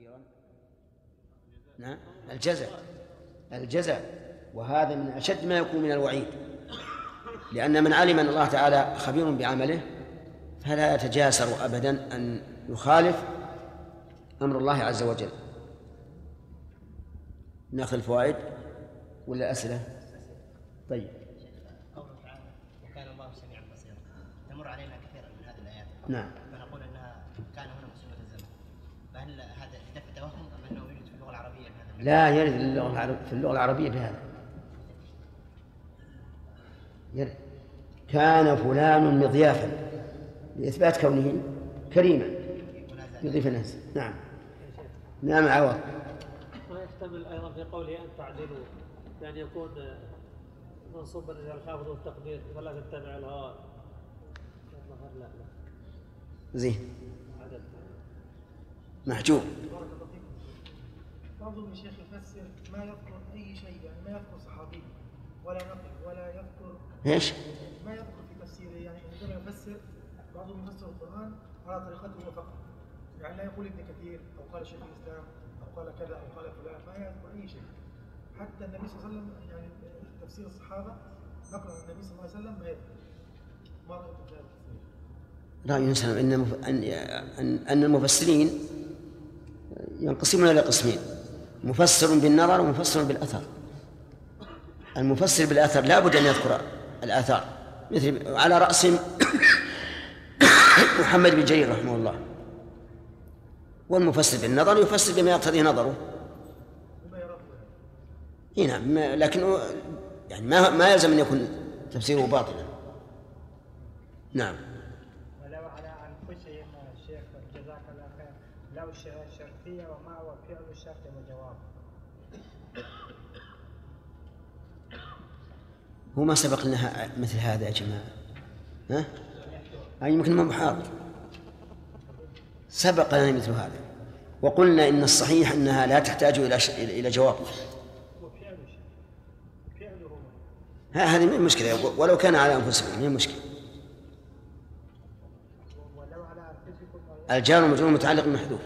خبيرا؟ نعم، الجزاء، وهذا من أشد ما يكون من الوعيد، لأن من علم أن الله تعالى خبير بعمله فلا يتجاسر أبدا أن يخالف أمر الله عز وجل. نأخذ الفوائد ولا أسئلة؟ طيب. قوله تعالى وكان الله سميعا بصيرا تمر علينا كثيرا من هذه الآيات. نعم. فنقول أنها كان هنا مسلمة الزمن، فهل هذا لدفع توهم أم أنه يوجد في اللغة العربية بهذا؟ لا يرد في اللغة العربية بهذا. يرد كان فلان مضيافا لإثبات كونه كريما يضيف الناس. نعم. نعم عوض. ويحتمل أيضا في قوله أن تعدلوا، يعني يكون منصوبا إلى الخافض والتقدير ولا تتبع الهوى. لا زين محجوب. بعضهم الشيخ يفسر ما يذكر أي شيء، يعني ما يذكر صحابي ولا نقل ولا يذكر ايش؟ ما يذكر في تفسيره، يعني عندما يفسر بعضهم يفسر القرآن على طريقته فقط، يعني لا يقول ابن كثير أو قال شيخ الإسلام أو قال كذا أو قال فلان، ما يذكر أي شيء. حتى النبي صلى الله عليه وسلم يعني تفسير الصحابة نقل عن النبي صلى الله عليه وسلم ما يذكر. ما رأيكم في هذا التفسير؟ رأي سلام أن المفسرين ينقسمون إلى قسمين: مفسر بالنظر ومفسر بالأثر. المفسر بالأثر لا بد أن يذكر الآثار، مثل على رأسهم محمد بن جرير رحمه الله. والمفسر بالنظر يفسر بما يقتضي نظره. نعم، لكن يعني ما يلزم أن يكون تفسيره باطلا. نعم. ولو على أنفسهم الشيخ جزاك الله خير، لو شرطية وما هو فعل الشرط وجواب. هو ما سبق لنا مثل هذا يا جماعة؟ ها؟ يمكن ما محاضر سبق لنا مثل هذا، وقلنا إن الصحيح أنها لا تحتاج إلى جواب. هذه من المشكلة، ولو كان على أنفسهم من المشكلة. الجار والمجرور متعلق بمحذوف.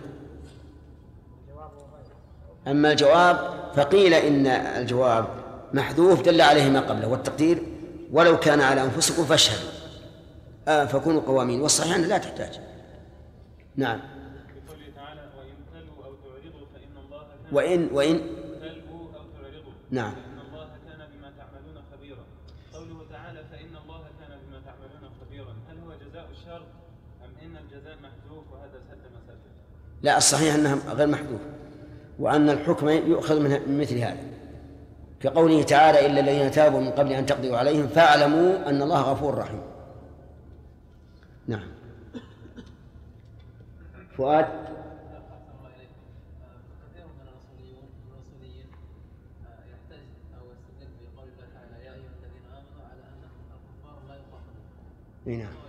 أما الجواب فقيل إن الجواب محذوف دل عليه ما قبله، والتقدير ولو كان على أنفسكم فاشهدوا فكونوا قوامين، والصحيح أنها لا تحتاج. نعم. بقوله تعالى وإن تلووا أو تعرضوا فإن الله كان وإن تلووا أو تعرضوا نعم فإن الله كان بما تعملون خبيرا. قوله تعالى فإن الله كان بما تعملون خبيرا، هل هو جزاء الشر أم إن الجزاء محذوف وهذا سد مسافة؟ لا، الصحيح أنها غير محذوف، وأن الحكم يؤخذ من مثل هذا، كقوله تعالى إلا الذين تابوا من قبل أن تقضوا عليهم فاعلموا أن الله غفور رحيم. نعم. فؤاد. كثير من الرسوليين يحتاج أو يستدل بقول الله تعالى يا أيها الذين آمنوا على أن الكفار لا يقاتلون. نعم.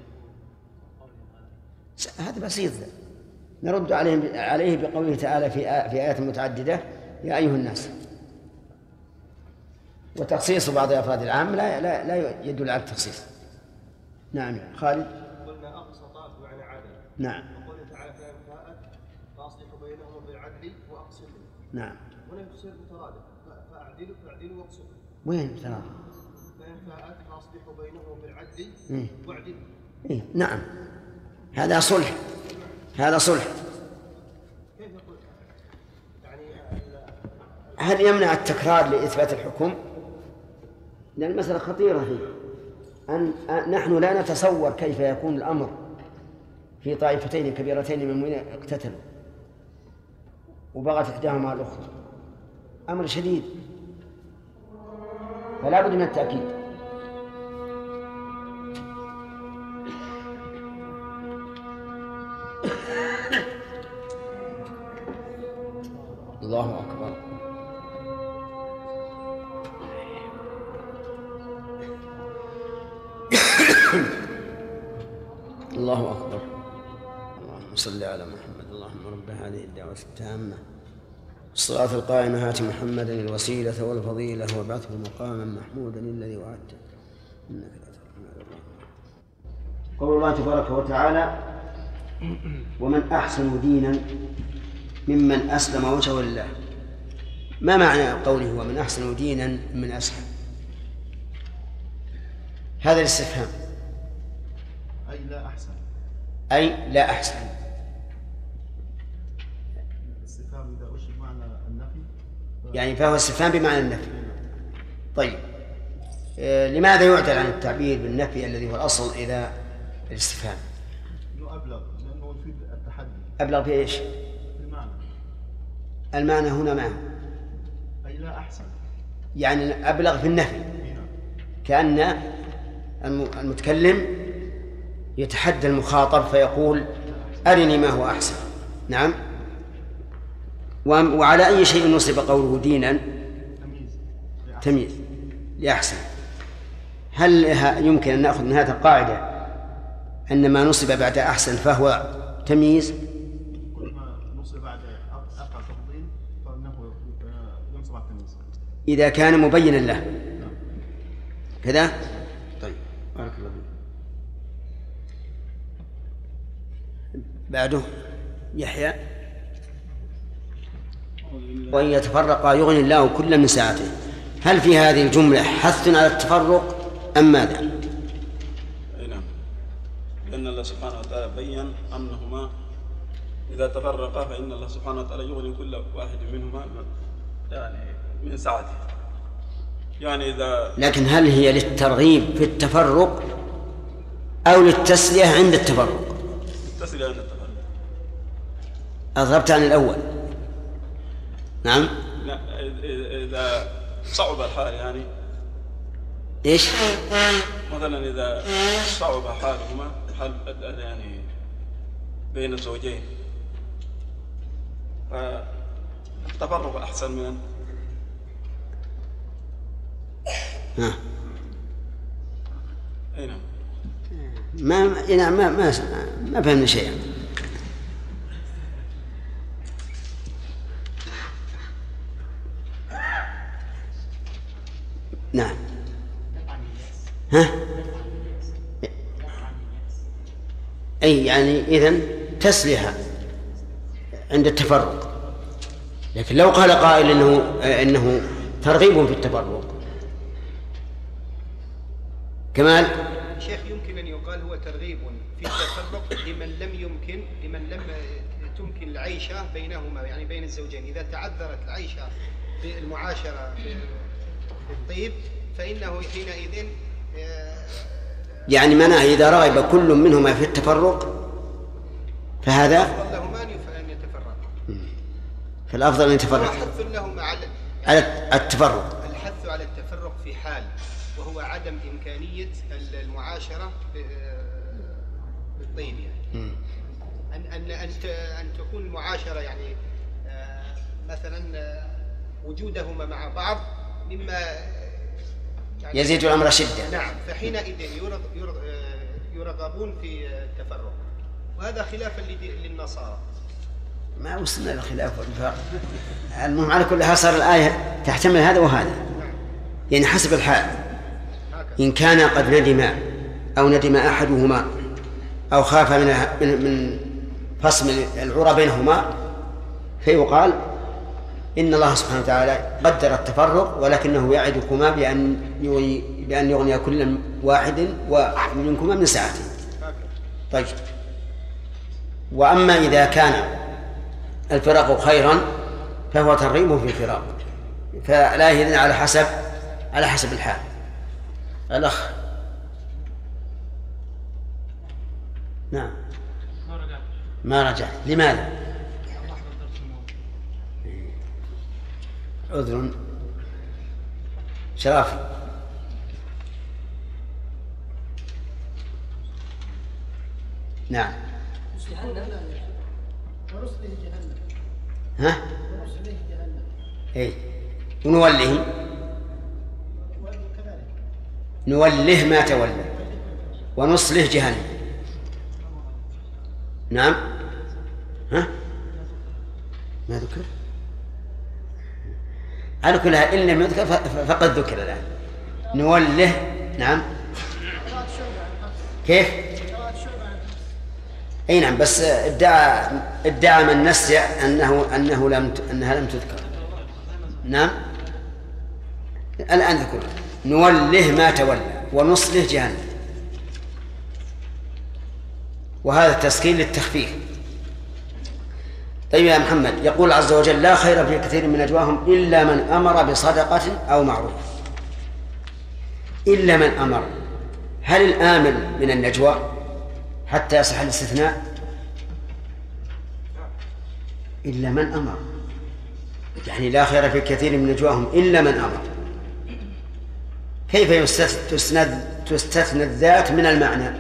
هذا بسيط، نرد عليه بقوله تعالى في آيات متعددة يا أيها الناس، وتخصيص بعض أفراد العام لا يدل على التخصيص. نعم. خالد. قلنا أقسط بمعنى عدل. نعم. وقوله تعالى فإن فاءت فأصلحوا بينهم بالعدل وأقسطوا. نعم. ولا يفسر بترادف، فاعدلوا واقسطوا. وين ترى؟ فإن فاءت فأصلحوا بينهم بالعدل واعدلوا. نعم، هذا صلح، هذا صلح. كيف يقول يعني هل يمنع التكرار لإثبات الحكم؟ لأن المسألة خطيرة فيه، نحن لا نتصور كيف يكون الأمر في طائفتين كبيرتين من المؤمنين اقتتلوا وبغت إحداهما على الأخرى، أمر شديد، فلا بد من التأكيد. الله أكبر. الله أكبر. اللهم صل على محمد. اللهم رب هذه الدعوة التامة الصلاة القائمة هات محمدا الوسيلة والفضيلة وابعثه مقاما محمودا الذي وعدته إنك لا تخلف الميعاد. قول الله تبارك وتعالى ومن أحسن دينا ممن أسلم وجهه لله. ما معنى قوله ومن أحسن دينا من أسلم؟ هذا الاستفهام أي لا أحسن. أي لا أحسن. الاستفهام إذا أشر معنى النفي يعني فهو استفهام بمعنى النفي. طيب لماذا يعدل عن التعبير بالنفي الذي هو الأصل إلى الاستفهام؟ إنه أبلغ، لأنه يفيد التحدي. أبلغ في إيش؟ في المعنى. المعنى هنا ما أي لا أحسن، يعني أبلغ في النفي، كأن المتكلم يتحدى المخاطب فيقول أرني ما هو أحسن. نعم. وعلى أي شيء نصب قوله دينا؟ تمييز لأحسن. هل يمكن أن نأخذ من هذا القاعدة أن ما نصب بعد أحسن فهو تمييز؟ كل ما نصب بعد أقع تفضيل فإنه ينصب على التمييز إذا كان مبينا له كذا. طيب بارك الله فيك. بعده يحيى وإن يتفرقا يغني الله كلا من سعته. هل في هذه الجملة حث على التفرق أم ماذا؟ أي نعم، لأن الله سبحانه وتعالى بيّن أنهما إذا تفرقا فإن الله سبحانه وتعالى يغني كل واحد منهما يعني من سعته. يعني إذا لكن هل هي للترغيب في التفرق أو للتسلية عند التفرق؟ التسلية عند التفرق. أضربت عن الأول. نعم. لا، إذا صعب الحال يعني إيش؟ مثلا إذا صعب حالهما حال يعني بين الزوجين فالتفرق أحسن من أي نعم. ما فهمنا شيئا. نعم. أي يعني إذن تسليها عند التفرق. لكن لو قال قائل إنه ترغيب في التفرق. كمال. شيخ يمكن أن يقال هو ترغيب في التفرق لمن لم تمكن العيشة بينهما، يعني بين الزوجين. إذا تعذرت العيشة بالمعاشرة بالطيب فإنه حينئذ يعني معناه إذا رغب كل منهما في التفرق فهذا الأفضل لهما أن يتفرقا. فالأفضل أن يتفرقا. الحث لهما على التفرق. الحث على التفرق في حال وهو عدم إمكانية المعاشرة بالطيب، يعني أن تكون المعاشرة يعني مثلا وجودهما مع بعض مما يعني يزيد الأمر شدة. نعم، فحينئذ يرغبون في التفرق، وهذا خلافا للنصارى. ما وصلنا للخلاف والفرق. المهم على كل حال صار الآية تحتمل هذا وهذا، يعني حسب الحال. إن كان قد ندم أو ندم أحدهما أو خاف من فصل العرى بينهما فيقال إن الله سبحانه وتعالى قدر التفرق ولكنه يعدكما بأن يغني كل واحد منكما من سعته. طيب. وأما إذا كان الفراق خيرا فهو ترغيب في الفراق، فلا يهدن على حسب الحال. الأخ. نعم. ما رجعت. لماذا؟ عذر. شرافي. نعم. ورسله جهنم. ها؟ ورسله جهنم. اي ونوله نوله ما تولى ونصله جهنم. نعم. ها؟ ما ذكر؟ على كل حال إن لم يذكر فقد ذكر الآن. نوله. نعم. كيف؟ أي نعم، بس ادعى من نسع أنها لم تذكر. نعم، الآن ذكر نوله ما تولى ونصله جهنم، وهذا التسكين للتخفيف. طيب يا محمد، يقول عز وجل: لا خير في كثير من نجواهم إلا من أمر بصدقة أو معروف. إلا من أمر، هل الآمر من النجوى حتى يصح الاستثناء؟ إلا من أمر، يعني لا خير في كثير من نجواهم إلا من أمر. كيف تستثنى الذات من المعنى؟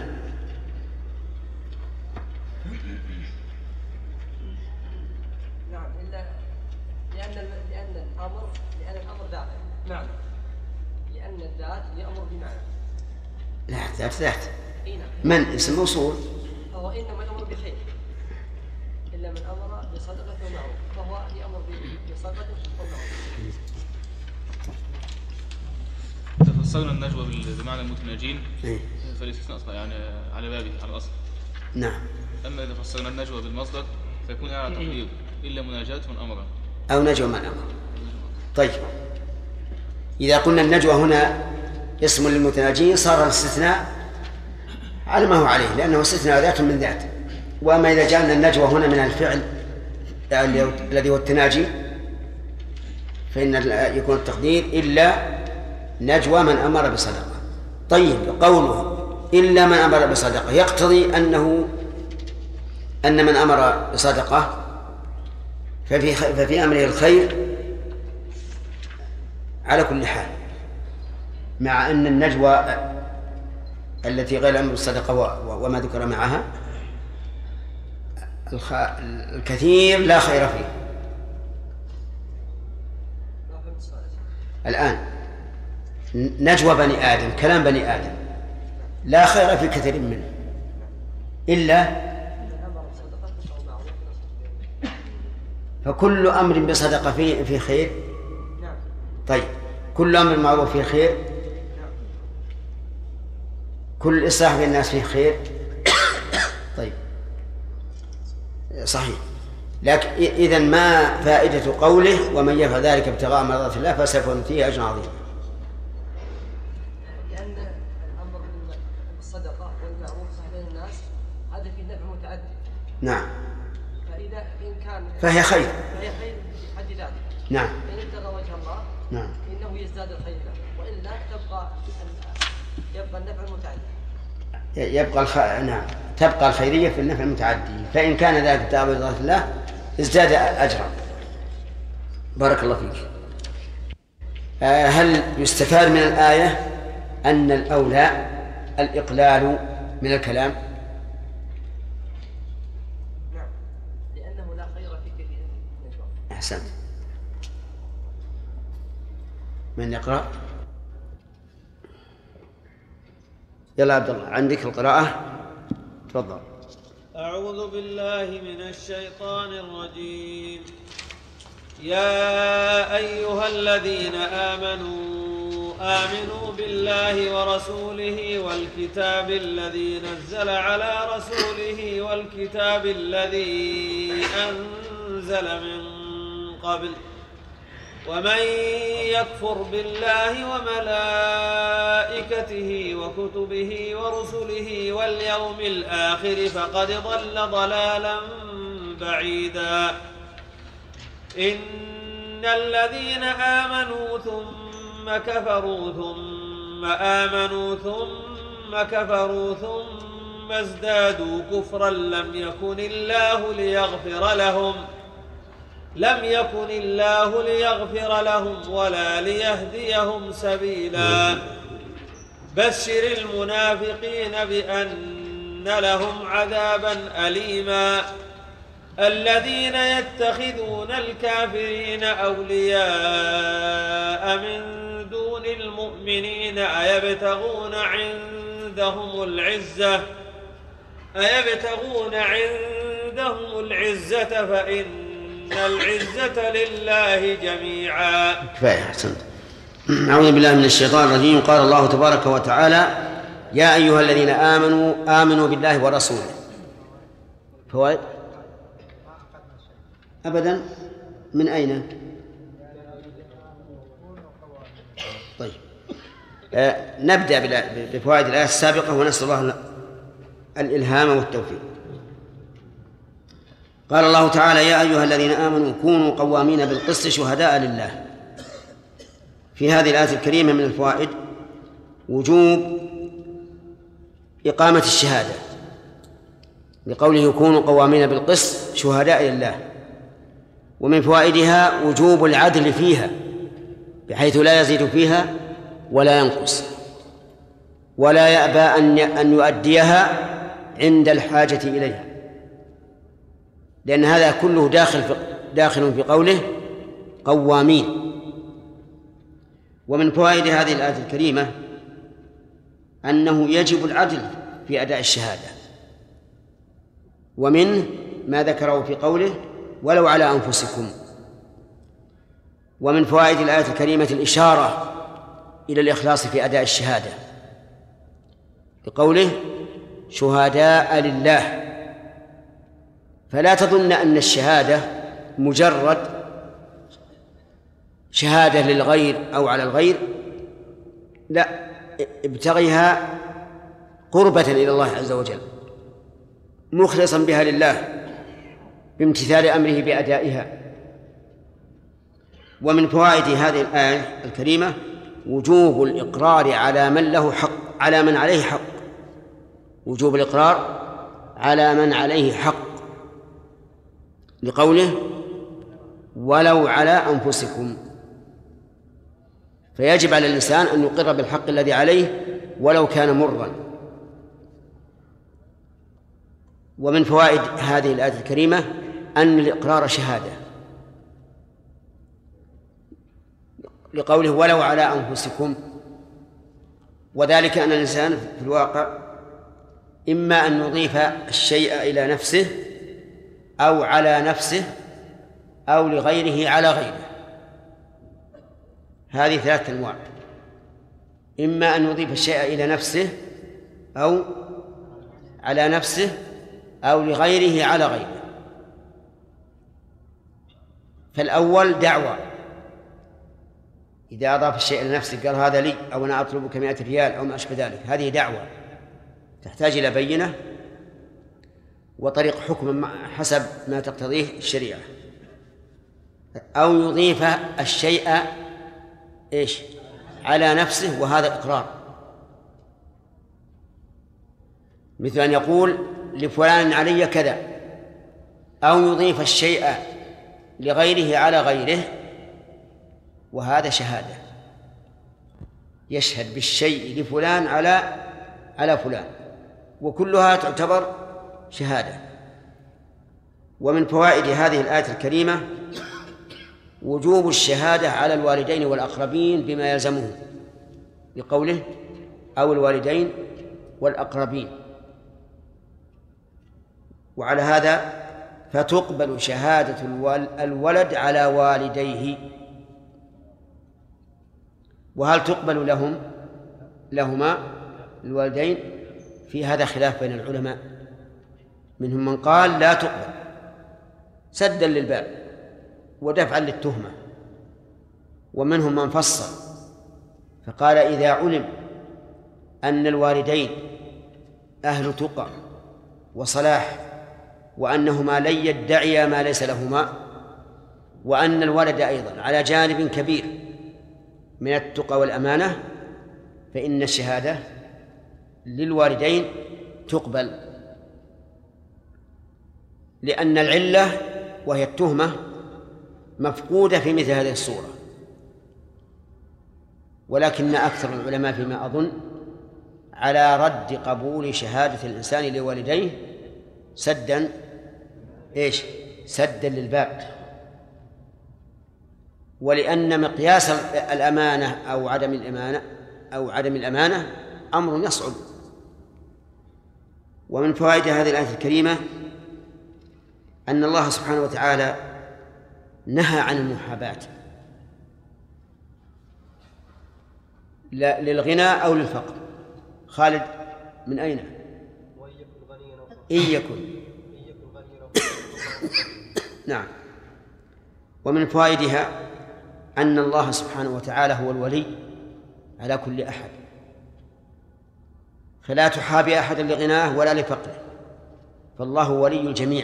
نعم، إلا لأن الأمر ذات. نعم، لأن الذات يأمر بمعنى. لا، ذات من اسم موصول، فهو إنما الأمر بخير. إلا من أمر بصدقة ومعروف، فهو يأمر بصدقة ومعروف. تفسرنا النجوى بمعنى المتناجين فالاستثناء يعني على بابه على الأصل. نعم. أما إذا فسرنا النجوى بالمصدر فيكون على تقدير إلا مناجاة من أمر أو نجوى من أمر. طيب، إذا قلنا النجوى هنا اسم للمتناجين صار الاستثناء على ما هو عليه، لأنه استثناء ذات من ذات. وأما إذا جعلنا النجوى هنا من الفعل الذي هو التناجي فإن يكون التقدير إلا نجوى من أمر بصدقة. طيب، قوله إلا من أمر بصدقة يقتضي أن من أمر بصدقة ففي أمره الخير على كل حال، مع أن النجوى التي غير أمر الصدقة وما ذكر معها الكثير لا خير فيه. الآن نجوى بني آدم، كلام بني آدم، لا خير في كثير منه إلا فكل أمر بصدقة في خير. طيب، كل أمر معروف فيه خير، كل إصلاح بين الناس فيه خير. طيب، صحيح، لكن إذن ما فائدة قوله ومن يفعل ذلك ابتغاء مرضات الله فسوف نؤتيه أجرا عظيما؟ لأن الأمر بالصدقة والمعروف بين الناس هذا فيه نفع متعدد. نعم. فإذا إن كان فهي خير في حد ذاته. نعم. إن ابتغى وجه الله نعم إنه يزداد الخير له، وإلا يبقى النفع المتعدي. نعم، تبقى الخيرية في النفع المتعدي، فإن كان ذلك ابتغاء مرضات الله ازداد أجرا. بارك الله فيك. هل يستفاد من الآية أن الأولى الإقلال من الكلام؟ نعم، لأنه لا خير في كثير من النجوى. أحسنت. من يقرأ؟ يلا عبد الله، عندك القراءة، تفضل. أعوذ بالله من الشيطان الرجيم. يا أيها الذين آمنوا بالله ورسوله والكتاب الذي نزل على رسوله والكتاب الذي أنزل من قبل، ومن يكفر بالله وملائكته وكتبه ورسله واليوم الآخر فقد ضل ضلالا بعيدا. إن الذين آمنوا ثم كفروا ثم آمنوا ثم كفروا ثم ازدادوا كفرا لم يكن الله ليغفر لهم ولا ليهديهم سبيلا. بشر المنافقين بأن لهم عذابا أليما. الذين يتخذون الكافرين أولياء من دون المؤمنين أيبتغون عندهم العزة فإن العزة لله جميعا. كفاية، أحسنت. أعوذ بالله من الشيطان الرجيم. قال الله تبارك وتعالى: يا أيها الذين آمنوا بالله ورسوله. فوائد أبدا. من أين؟ طيب نبدأ بفوائد الآية السابقة ونسأل الله الإلهام والتوفيق. قال الله تعالى: يا أيها الذين آمنوا كونوا قوامين بالقسط شهداء لله. في هذه الآية الكريمة من الفوائد وجوب إقامة الشهادة، لقوله كونوا قوامين بالقسط شهداء لله. ومن فوائدها وجوب العدل فيها، بحيث لا يزيد فيها ولا ينقص، ولا يأبى أن يؤديها عند الحاجة إليها، لأن هذا كله داخل في قوله قوامين. ومن فوائد هذه الآية الكريمة أنه يجب العدل في أداء الشهادة، ومنه ما ذكره في قوله ولو على أنفسكم. ومن فوائد الآية الكريمة الإشارة إلى الإخلاص في أداء الشهادة، بقوله شهداء لله. فلا تظن أن الشهادة مجرد شهادة للغير أو على الغير، لا، ابتغيها قربة إلى الله عز وجل، مخلصا بها لله بامتثال أمره بأدائها. ومن فوائد هذه الآية الكريمة وجوب الإقرار على من له حق، على من عليه حق، وجوب الإقرار على من عليه حق، لقوله ولو على أنفسكم. فيجب على الإنسان أن يقر بالحق الذي عليه ولو كان مرا. ومن فوائد هذه الآية الكريمة أن الإقرار شهادة، لقوله ولو على أنفسكم، وذلك أن الإنسان في الواقع إما أن يضيف الشيء إلى نفسه أو على نفسه أو لغيره على غيره. هذه 3 أنواع: إما أن يضيف الشيء إلى نفسه أو على نفسه أو لغيره على غيره. فالأول دعوة، إذا أضاف الشيء إلى نفسه قال هذا لي أو أنا أطلبك 100 ريال أو ما أشبه ذلك، هذه دعوة تحتاج إلى بينة وطريق حكم حسب ما تقتضيه الشريعة. أو يضيف الشيء على نفسه، وهذا إقرار، مثل أن يقول لفلان علي كذا، أو يضيف الشيء لغيره على غيره، وهذا شهادة، يشهد بالشيء لفلان على فلان، وكلها تعتبر شهادة. ومن فوائد هذه الآية الكريمة وجوب الشهادة على الوالدين والأقربين بما يلزمهم، لقوله أو الوالدين والأقربين. وعلى هذا فتقبل شهادة الولد على والديه. وهل تقبل لهما الوالدين؟ في هذا خلاف بين العلماء، منهم من قال لا تقبل سدا للباب ودفعا للتهمة، ومنهم من فصل فقال إذا علم أن الوالدين أهل تقى وصلاح، وأنهما لن يدعيا ما ليس لهما، وأن الولد أيضا على جانب كبير من التقى والأمانة، فإن الشهادة للوالدين تقبل، لأن العلة وهي التهمة مفقودة في مثل هذه الصورة. ولكن أكثر العلماء فيما أظن على رد قبول شهادة الإنسان لوالديه سدا سدا للباب، ولأن مقياس الأمانة أو عدم الأمانة أمر يصعب. ومن فوائد هذه الآية الكريمة أن الله سبحانه وتعالى نهى عن المحاباة للغنى أو للفقر. خالد من أين؟ إن يكن نعم. ومن فوائدها أن الله سبحانه وتعالى هو الولي على كل أحد، فلا تحابي أحدا لغناه ولا لفقره، فالله ولي الجميع.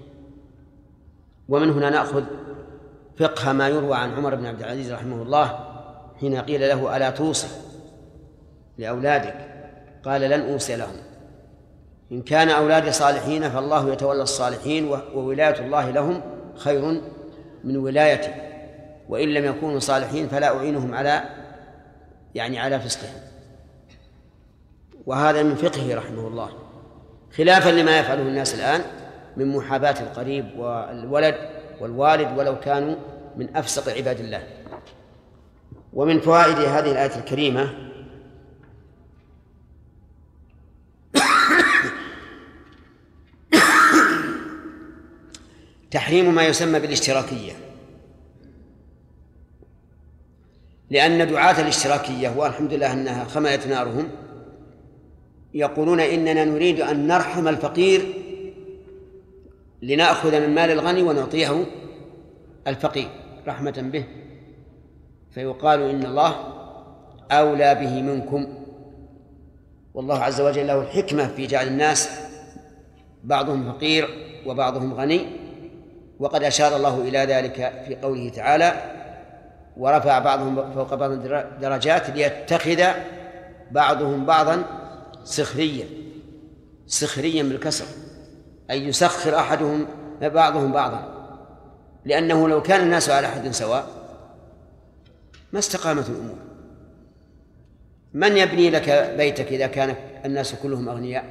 ومن هنا نأخذ فقه ما يروى عن عمر بن عبد العزيز رحمه الله حين قيل له: ألا توصي لأولادك؟ قال: لن أوصي لهم، إن كان أولادي صالحين فالله يتولى الصالحين، وولاية الله لهم خير من ولايتي، وإن لم يكونوا صالحين فلا أعينهم على فسقهم. وهذا من فقهه رحمه الله، خلافا لما يفعله الناس الآن من محاباة القريب والولد والوالد ولو كانوا من أفسق عباد الله. ومن فوائد هذه الآية الكريمة تحريم ما يسمى بالاشتراكية، لأن دعاة الاشتراكية والحمد لله أنها خملت نارهم يقولون: إننا نريد أن نرحم الفقير لنأخذ من مال الغني ونعطيه الفقير رحمة به، فيقال إن الله أولى به منكم، والله عز وجل له الحكمة في جعل الناس بعضهم فقير وبعضهم غني، وقد أشار الله إلى ذلك في قوله تعالى: ورفع بعضهم فوق بعض درجات ليتخذ بعضهم بعضا سخريا بالكسر، أي يسخر أحدهم بعضهم بعضا، لأنه لو كان الناس على حد سواء ما استقامت الأمور. من يبني لك بيتك إذا كان الناس كلهم أغنياء؟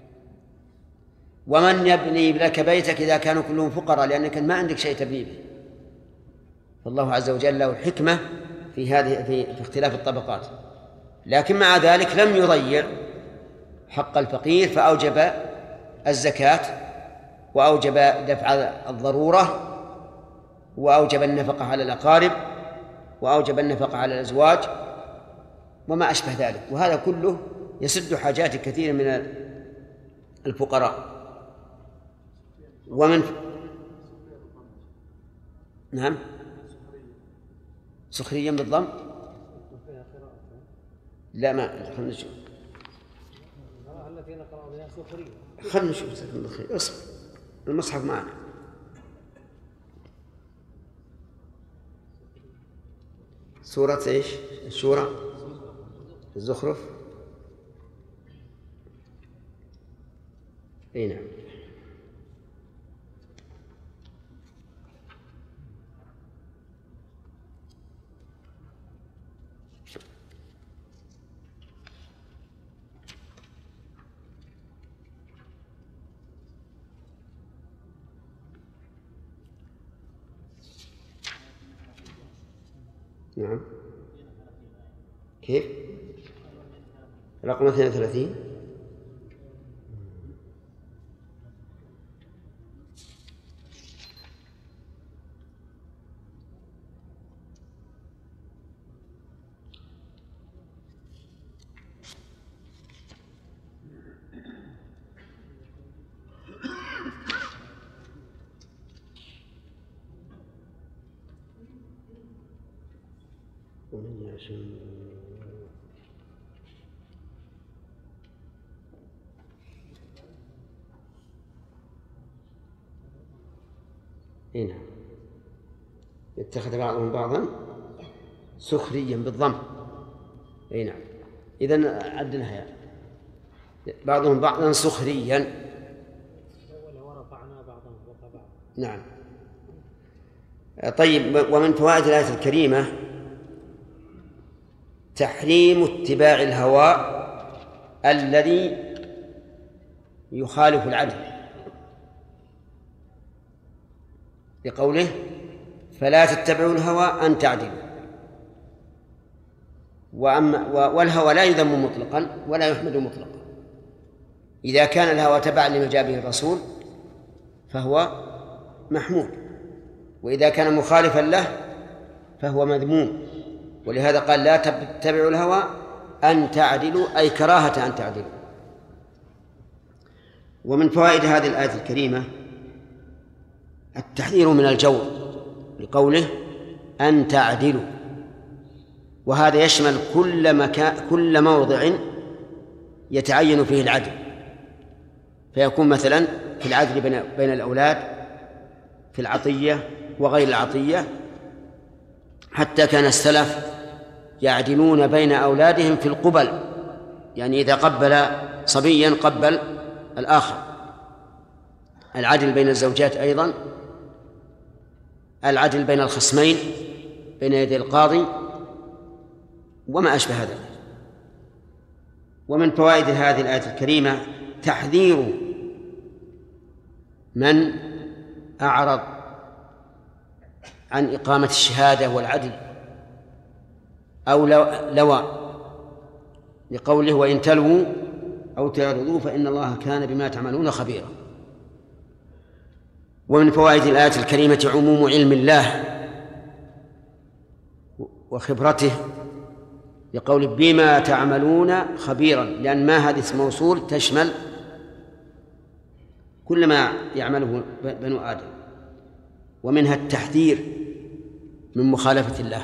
ومن يبني لك بيتك إذا كانوا كلهم فقراء، لأنك ما عندك شيء تبني به. فالله عز وجل له الحكمة في اختلاف الطبقات، لكن مع ذلك لم يضيع حق الفقير، فأوجب الزكاة، وأوجب دفع الضرورة، وأوجب النفقة على الأقارب، وأوجب النفقة على الأزواج وما أشبه ذلك، وهذا كله يسد حاجات كثير من الفقراء. ومن نعم سخريا بالضم، لا ما خلنا نشوف، خلنا نشوف اصبر المصحف معنا. سورة ايش؟ الشورى، الزخرف، اي نعم. نعم. كيف؟ رقم 32. هنا يتخذ بعضهم بعضا سخريا بالضم. اي نعم. اذن عدناها بعضهم بعضا سخريا. ورفعنا بعضهم فوق بعض. نعم. طيب، ومن فوائد الآية الكريمة تحريم اتباع الهوى الذي يخالف العدل، لقوله: فلا تتبعوا الهوى أن تعدلوا. والهوى لا يذم مطلقا ولا يحمد مطلقا، إذا كان الهوى تبعا لما جاء به الرسول فهو محمود، وإذا كان مخالفا له فهو مذموم. ولهذا قال: لا تتبعوا الهوى أن تعدلوا، أي كراهة أن تعدلوا. ومن فوائد هذه الآية الكريمة التحذير من الجور لقوله أن تعدلوا، وهذا يشمل كل موضع يتعين فيه العدل، فيكون مثلا في العدل بين الأولاد، في العطية وغير العطية، حتى كان السلف يعدلون بين أولادهم في القبل، يعني إذا قبل صبيا قبل الآخر. العدل بين الزوجات أيضا، العدل بين الخصمين بين يدي القاضي وما أشبه ذلك. ومن فوائد هذه الآية الكريمة تحذير من أعرض عن إقامة الشهادة والعدل أو لوى، لقوله وإن تلووا أو تعرضوا فإن الله كان بما تعملون خبيرا. ومن فوائد الآية الكريمة عموم علم الله وخبرته، لقوله بما تعملون خبيرا، لأن ما هذه اسم موصول تشمل كل ما يعمله بنو آدم. ومنها التحذير من مخالفة الله،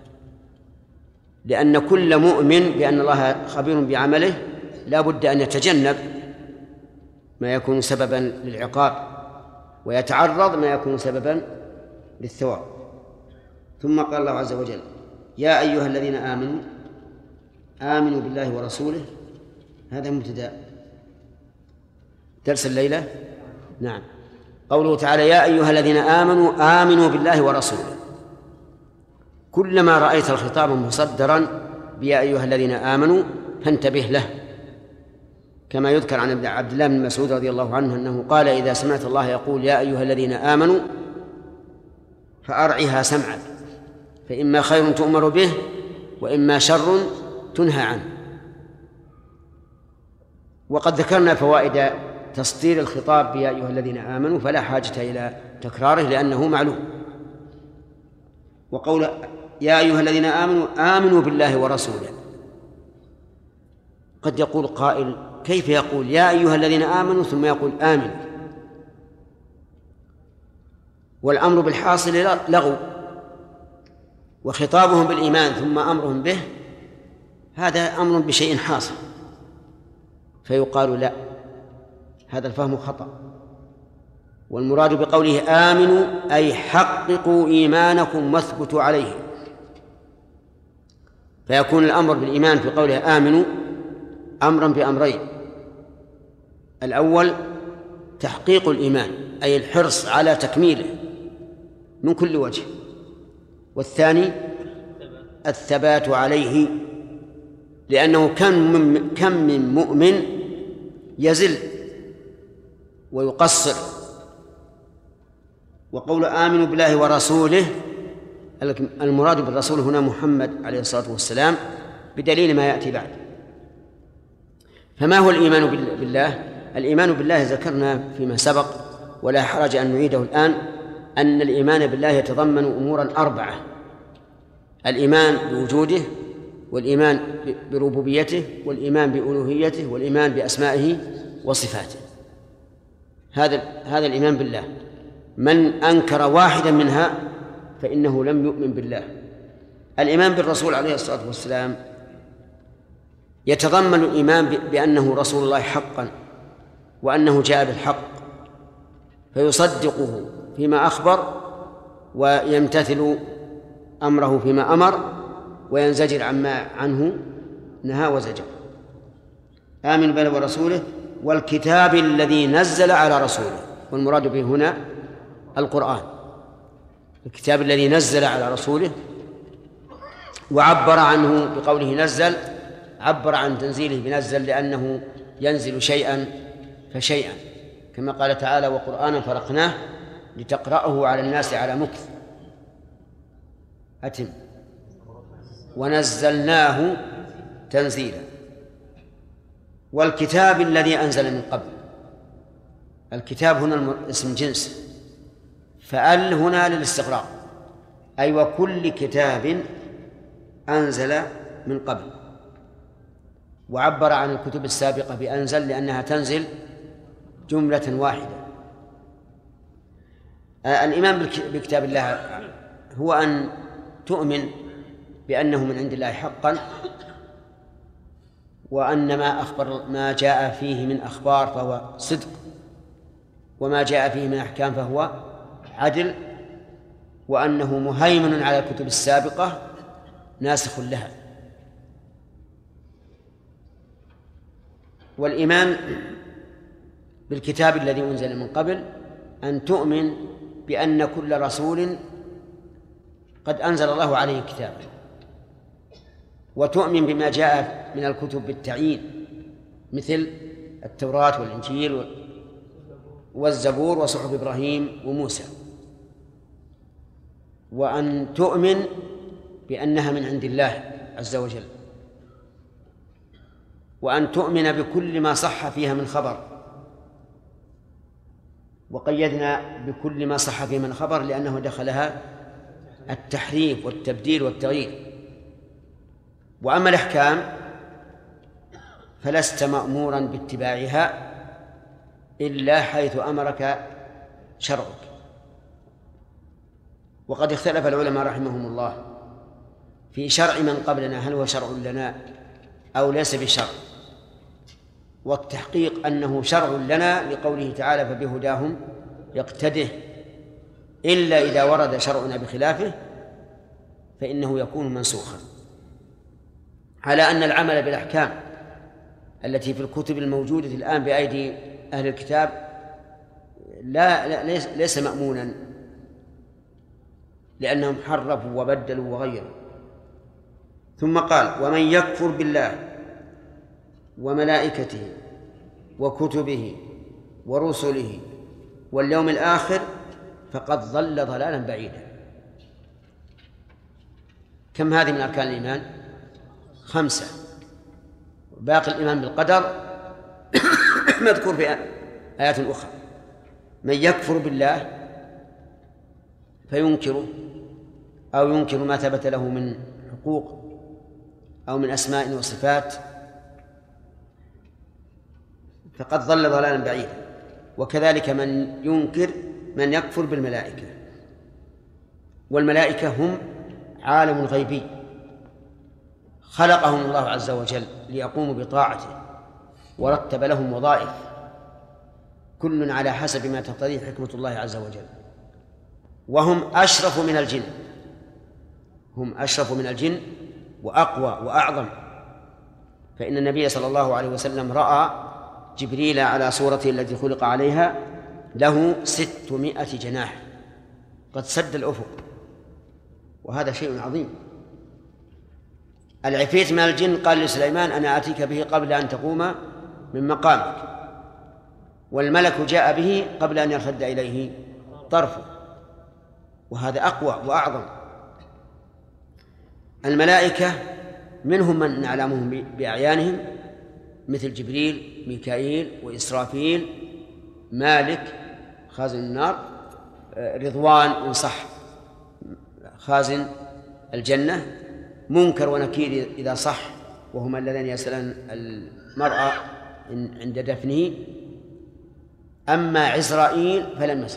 لأن كل مؤمن بأن الله خبير بعمله لا بد أن يتجنب ما يكون سببا للعقاب ويتعرض ما يكون سببا للثواب. ثم قال الله عز وجل يا أيها الذين آمنوا بالله ورسوله. هذا مبتدأ درس الليلة. نعم، قوله تعالى يا أيها الذين آمنوا بالله ورسوله، كلما رأيت الخطاب مصدرا بيا أيها الذين آمنوا فانتبه له، كما يذكر عن عبد الله بن مسعود رضي الله عنه أنه قال إذا سمعت الله يقول يا أيها الذين آمنوا فأرعها سمعك، فإما خير تؤمر به وإما شر تنهى عنه. وقد ذكرنا فوائد تصدير الخطاب يا أيها الذين آمنوا، فلا حاجة إلى تكراره لأنه معلوم. وقول يا أيها الذين آمنوا بالله ورسوله، قد يقول قائل كيف يقول يا أيها الذين آمنوا ثم يقول آمنوا؟ والأمر بالحاصل لغو، وخطابهم بالإيمان ثم أمرهم به هذا أمر بشيء حاصل، فيقال لا، هذا الفهم خطأ. والمراد بقوله آمنوا أي حققوا إيمانكم واثبتوا عليه، فيكون الأمر بالإيمان في قوله آمنوا أمرا بأمرين: الأول تحقيق الإيمان أي الحرص على تكميله من كل وجه، والثاني الثبات عليه، لأنه كم من مؤمن يزل ويقصر. وقول آمنوا بالله ورسوله، المراد بالرسول هنا محمد عليه الصلاة والسلام بدليل ما يأتي بعد. فما هو الإيمان بالله؟ الإيمان بالله ذكرنا فيما سبق ولا حرج أن نعيده الآن، أن الإيمان بالله يتضمن أمورا 4: الإيمان بوجوده، والإيمان بربوبيته، والإيمان بألوهيته، والإيمان بأسمائه وصفاته. هذا الإيمان بالله. من أنكر واحدا منها فإنه لم يؤمن بالله. الإيمان بالرسول عليه الصلاة والسلام يتضمن الإيمان بأنه رسول الله حقا، وأنه جاء بالحق، فيصدقه فيما أخبر ويمتثل أمره فيما أمر وينزجر عما عنه نهى وزجر. آمن بالله ورسوله والكتاب الذي نزل على رسوله، والمراد به هنا القرآن، الكتاب الذي نزل على رسوله. وعبر عنه بقوله نزل، عبر عن تنزيله بنزل لأنه ينزل شيئا فشيئا، كما قال تعالى وقرآنا فرقناه لتقرأه على الناس على مكث. أتم ونزلناه تنزيلا. والكتاب الذي أنزل من قبل، الكتاب هنا اسم جنس، فأل هنا للاستغراق، أي وكل كتاب أنزل من قبل. وعبر عن الكتب السابقة بأنزل لأنها تنزل جملة واحدة. الإيمان بكتاب الله هو أن تؤمن بأنه من عند الله حقا، وأن ما جاء فيه من أخبار فهو صدق، وما جاء فيه من أحكام فهو عدل، وأنه مهيمن على الكتب السابقة ناسخ لها. والإيمان بالكتاب الذي أنزل من قبل أن تؤمن بأن كل رسول قد أنزل الله عليه كتابا، وتؤمن بما جاء من الكتب بالتعيين مثل التوراة والإنجيل والزبور وصحف إبراهيم وموسى، وأن تؤمن بأنها من عند الله عز وجل، وأن تؤمن بكل ما صح فيها من خبر، وقيدنا بكل ما صح فيه من خبر لأنه دخلها التحريف والتبديل والتغيير. وأما الأحكام فلست مأمورا باتباعها إلا حيث أمرك شرعك. وقد اختلف العلماء رحمهم الله في شرع من قبلنا هل هو شرع لنا أو ليس بشرع، والتحقيق أنه شرع لنا لقوله تعالى فبهداهم يقتده، إلا إذا ورد شرعنا بخلافه فإنه يكون منسوخا. على أن العمل بالأحكام التي في الكتب الموجودة الآن بأيدي أهل الكتاب ليس مأمونا، لأنهم حرفوا وبدلوا وغيروا. ثم قال ومن يكفر بالله وملائكته وكتبه ورسله واليوم الآخر فقد ضل ضلالا بعيدا. كم هذه من أركان الإيمان؟ 5. باقي الإيمان بالقدر مذكور في آيات أخرى. من يكفر بالله فينكره أو ينكر ما ثبت له من حقوق أو من أسماء وصفات فقد ضل ضلالا بعيدا. وكذلك من يكفر بالملائكة، والملائكة هم عالم غيبي خلقهم الله عز وجل ليقوموا بطاعته، ورتب لهم وظائف كل على حسب ما تقتضيه حكمة الله عز وجل، وهم أشرف من الجن، هم أشرف من الجن وأقوى وأعظم. فإن النبي صلى الله عليه وسلم رأى جبريل على صورته التي خلق عليها له 600 جناح قد سد الأفق، وهذا شيء عظيم. العفريت من الجن قال لسليمان أنا آتيك به قبل أن تقوم من مقامك، والملك جاء به قبل أن يرتد إليه طرفه، وهذا أقوى وأعظم. الملائكة منهم من نعلمهم بأعيانهم مثل جبريل، ميكائيل، وإسرافيل، مالك خازن النار، رضوان إن صح خازن الجنة، منكر ونكير إذا صح وهما الذين يسألن المرأة عند دفنه. أما عزرائيل فلم يصح،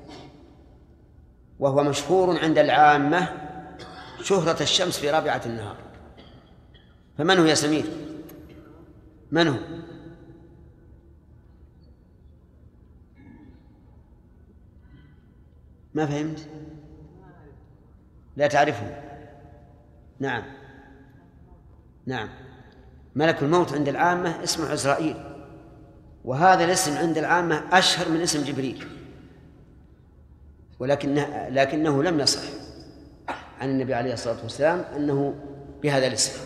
وهو مشهور عند العامة شهرة الشمس في رابعة النهار. فمن هو يا سمير؟ من هو؟ ما فهمت؟ لا تعرفه؟ نعم نعم، ملك الموت عند العامة اسمه عزرائيل، وهذا الاسم عند العامة أشهر من اسم جبريل، لكنه لم يصح عن النبي عليه الصلاة والسلام أنه بهذا الاسم.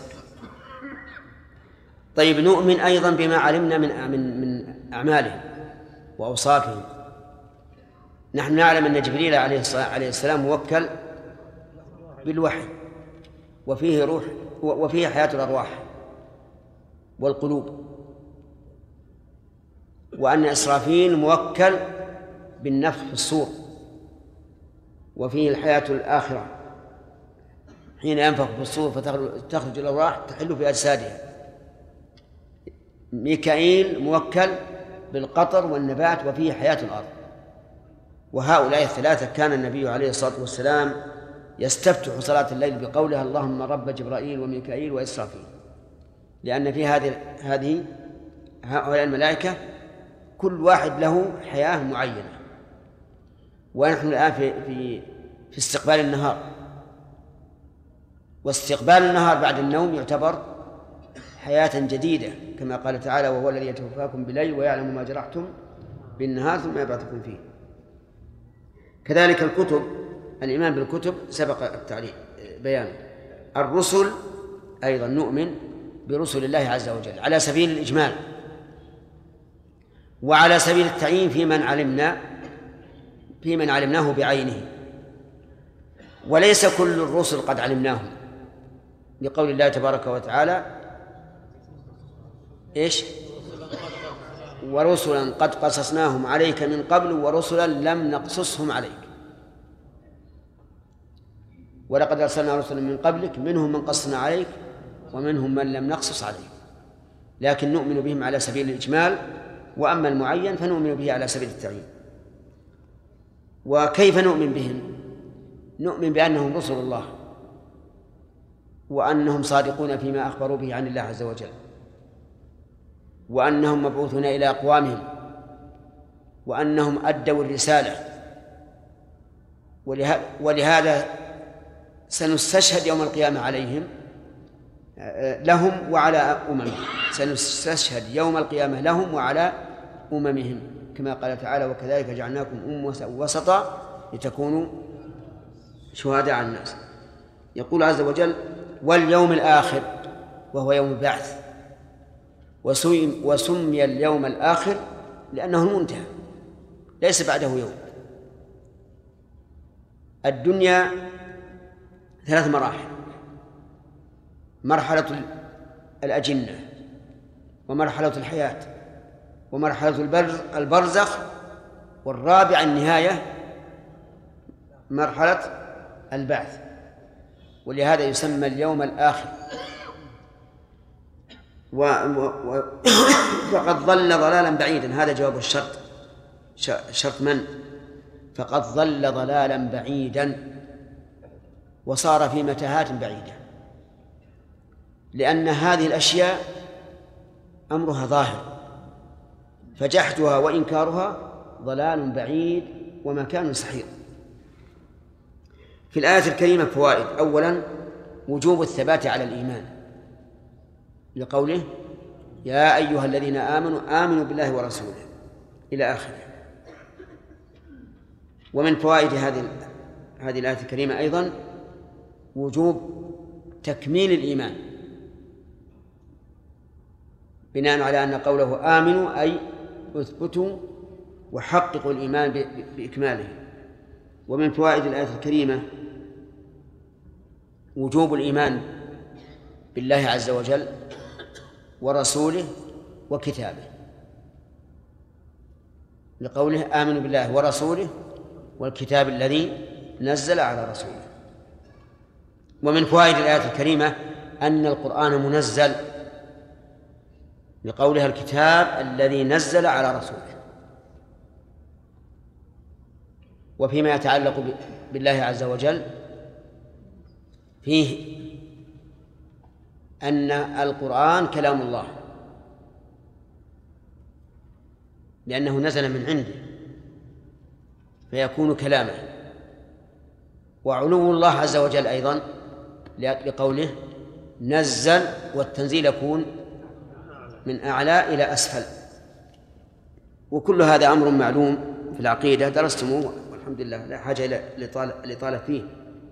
طيب، نؤمن أيضا بما علمنا من أعمالهم وأوصافهم. نحن نعلم أن جبريل عليه السلام موكل بالوحي، وفيه روح وفيه حياة الأرواح والقلوب، وأن إسرافيل موكل بالنفخ في الصور، وفيه الحياة الآخرة حين ينفخ في الصور فتخرج الأرواح تحل في أجسادها. ميكائيل موكل بالقطر والنبات وفيه حياة الأرض. وهؤلاء الثلاثة كان النبي عليه الصلاة والسلام يستفتح صلاة الليل بقولها اللهم رب جبرائيل وميكائيل وإسرافيل، لأن في هؤلاء الملائكة كل واحد له حياة معينة. ونحن الآن في استقبال النهار، واستقبال النهار بعد النوم يعتبر حياة جديدة، كما قال تعالى وهو الذي يتوفاكم بالليل ويعلم ما جرحتم بالنهار ثم يبعثكم فيه. كذلك الكتب، الإيمان بالكتب سبق التعليق بيانه. الرسل أيضا نؤمن برسل الله عز وجل على سبيل الإجمال وعلى سبيل التعيين في من علمناه بعينه، وليس كل الرسل قد علمناهم، لقول الله تبارك وتعالى إيش؟ ورسلا قد قصصناهم عليك من قبل ورسلا لم نقصصهم عليك، ولقد أرسلنا رسلا من قبلك منهم من قصصنا عليك ومنهم من لم نقصص عليك، لكن نؤمن بهم على سبيل الإجمال، وأما المعين فنؤمن به على سبيل التعيين. وكيف نؤمن بهم؟ نؤمن بأنهم رسل الله، وأنهم صادقون فيما أخبروا به عن الله عز وجل، وأنهم مبعوثون إلى أقوامهم، وأنهم أدوا الرسالة. ولهذا سنستشهد يوم القيامة عليهم لهم وعلى أممهم، سنستشهد يوم القيامة لهم وعلى أممهم، كما قال تعالى وكذلك جعلناكم أمة وسطا لتكونوا شهداء على الناس. يقول عز وجل واليوم الآخر وهو يوم البعث، وسمي اليوم الآخر لأنه المنتهى ليس بعده يوم. الدنيا 3 مراحل: مرحلة الأجنة، ومرحلة الحياة، ومرحلة البرزخ، والرابعة النهاية مرحلة البعث. ولهذا يسمى اليوم الآخر. فقد ضل ضلالا بعيدا، هذا جواب الشرط، شرط من؟ فقد ضل ضلالا بعيدا وصار في متاهات بعيدة، لأن هذه الأشياء أمرها ظاهر، فجحدها وإنكارها ضلال بعيد ومكان سحيق. في الآية الكريمة فوائد: أولا وجوب الثبات على الإيمان، لقوله يا أيها الذين آمنوا بالله ورسوله إلى آخره. ومن فوائد هذه الآية الكريمة أيضا وجوب تكميل الإيمان، بناء على أن قوله آمنوا أي اثبتوا وحققوا الإيمان بإكماله. ومن فوائد الآية الكريمة وجوب الإيمان بالله عز وجل ورسوله وكتابه، لقوله آمنوا بالله ورسوله والكتاب الذي نزل على رسوله. ومن فوائد الآية الكريمة أن القرآن منزل، لقولها الكتاب الذي نزل على رسوله. وفيما يتعلق بالله عز وجل فيه أن القرآن كلام الله، لأنه نزل من عنده فيكون كلامه. وعلو الله عز وجل أيضا لقوله نزل، والتنزيل يكون من أعلى إلى أسفل. وكل هذا أمر معلوم في العقيدة درستموه والحمد لله، لا حاجة إلى الإطالة فيه.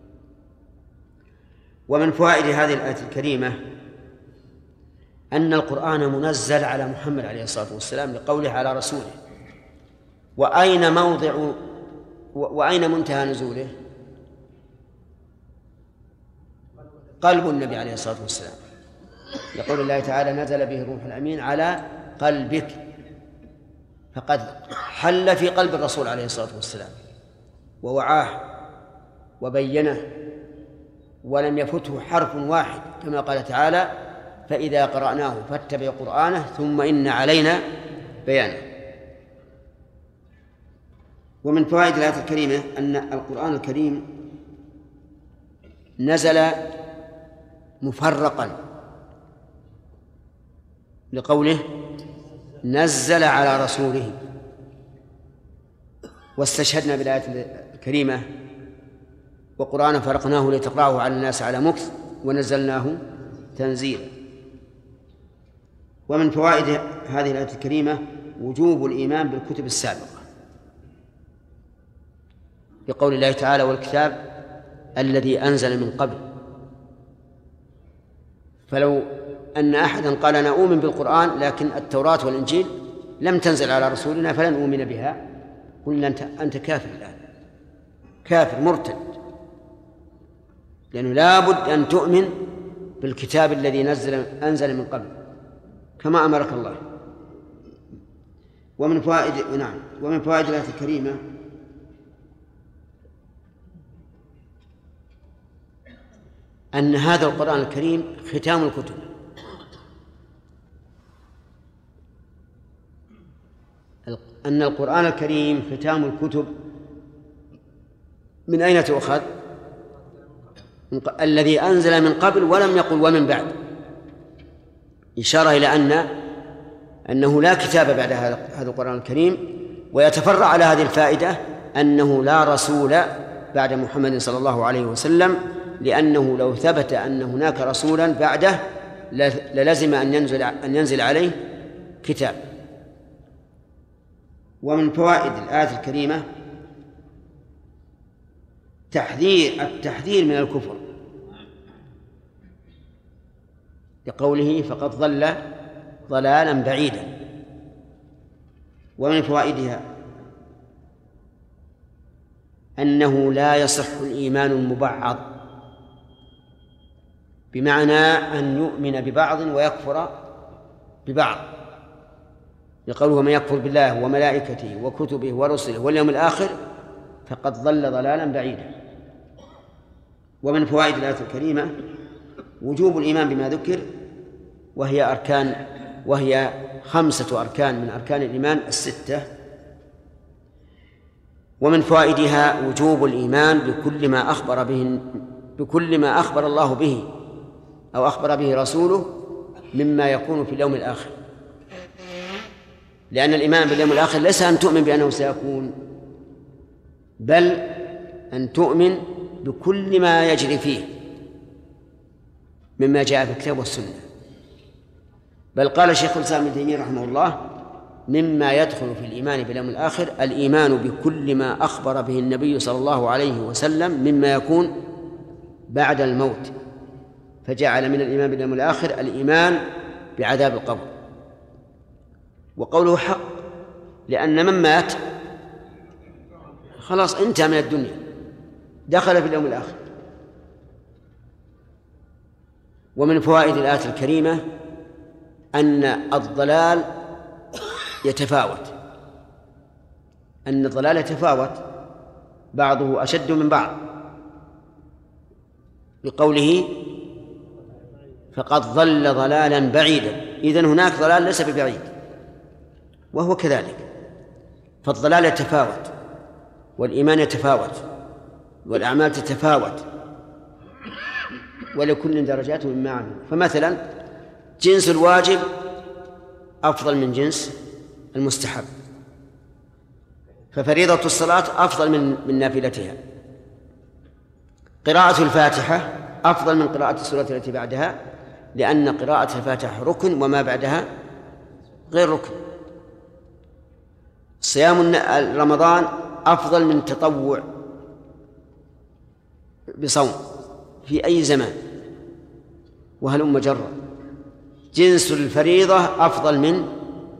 ومن فوائد هذه الآية الكريمة أن القرآن منزل على محمد عليه الصلاة والسلام، لقوله على رسوله. وأين منتهى نزوله؟ قلب النبي عليه الصلاة والسلام، يقول الله تعالى نزل به الروح الأمين على قلبك، فقد حل في قلب الرسول عليه الصلاة والسلام ووعاه وبينه، ولم يفته حرف واحد، كما قال تعالى فإذا قرأناه فاتبع قرآنه ثم إن علينا بيانه. ومن فوائد الآية الكريمة أن القرآن الكريم نزل مفرقا لقوله نزل على رسوله، واستشهدنا بالآية الكريمة وقرآن فرقناه لتقرأه على الناس على مكث ونزلناه تنزيلا. ومن فوائد هذه الآية الكريمة وجوب الإيمان بالكتب السابقة بقول الله تعالى والكتاب الذي أنزل من قبل. فلو أن أحدا قال أنا أؤمن بالقرآن لكن التوراة والإنجيل لم تنزل على رسولنا فلن أؤمن بها، قلنا أنت كافر الآن، كافر مرتد، لأنه لا بد أن تؤمن بالكتاب الذي أنزل من قبل كما أمرك الله. ومن فوائد الآية الكريمة أن هذا القرآن الكريم ختام الكتب، أن القرآن الكريم ختام الكتب. من أين تؤخذ؟ الذي أنزل من قبل ولم يقل ومن بعد، إشارة إلى أنه لا كتاب بعد هذا القرآن الكريم. ويتفرع على هذه الفائدة أنه لا رسول بعد محمد صلى الله عليه وسلم، لأنه لو ثبت أن هناك رسولا بعده للزم أن ينزل عليه كتاب. ومن فوائد الآية الكريمة التحذير من الكفر لقوله فقد ضل ضلالا بعيدا. ومن فوائدها أنه لا يصح الإيمان المبعض، بمعنى أن يؤمن ببعض ويكفر ببعض، لقوله من يكفر بالله وملائكته وكتبه ورسله واليوم الآخر فقد ضل ضلالا بعيدا. ومن فوائد الآية الكريمة وجوب الإيمان بما ذكر، وهي 5 أركان من أركان الإيمان 6. ومن فوائدها وجوب الإيمان بكل ما أخبر الله به أو أخبر به رسوله مما يكون في اليوم الآخر، لأن الإيمان باليوم الآخر ليس أن تؤمن بأنه سيكون، بل أن تؤمن بكل ما يجري فيه مما جاء في الكتاب والسنة. بل قال شيخ الإسلام ابن تيمية رحمه الله مما يدخل في الإيمان باليوم الآخر الإيمان بكل ما أخبر به النبي صلى الله عليه وسلم مما يكون بعد الموت، فجعل من الإيمان باليوم الآخر الإيمان بعذاب القبر. وقوله حق لأن من مات خلاص انتهى من الدنيا، دخل في اليوم الآخر. ومن فوائد الآية الكريمة أن الضلال يتفاوت، بعضه أشد من بعض، بقوله فقد ضل ضلالا بعيدا. إذن هناك ضلال ليس ببعيد، وهو كذلك. فالضلال يتفاوت، والإيمان يتفاوت، والأعمال تتفاوت، ولكل درجات مما عمل. فمثلا جنس الواجب أفضل من جنس المستحب، ففريضة الصلاة أفضل من نافلتها، قراءة الفاتحة أفضل من قراءة السورة التي بعدها، لأن قراءة الفاتحة ركن وما بعدها غير ركن. صيام رمضان أفضل من تطوع بصوم في أي زمان، وهلم جرا. جنس الفريضة أفضل من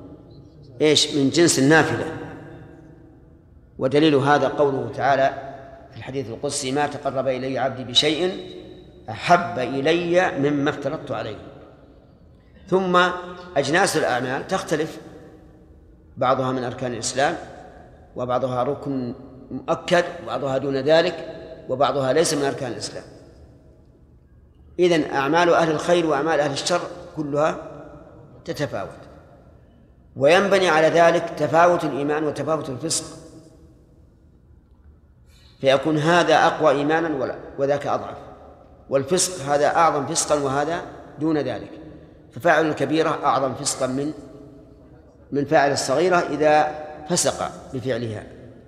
جنس النافلة. ودليل هذا قوله تعالى في الحديث القدسي ما تقرب إلي عبدي بشيء أحب إلي مما افترضت عليه. ثم أجناس الأعمال تختلف، بعضها من أركان الإسلام، وبعضها ركن مؤكد، وبعضها دون ذلك، وبعضها ليس من أركان الإسلام. إذن أعمال أهل الخير وأعمال أهل الشر كلها تتفاوت، وينبني على ذلك تفاوت الإيمان وتفاوت الفسق. فيكون هذا أقوى إيمانا وذاك أضعف، والفسق هذا أعظم فسقا وهذا دون ذلك، ففاعل الكبيرة أعظم فسقا من فاعل الصغيرة إذا فسق بفعلها.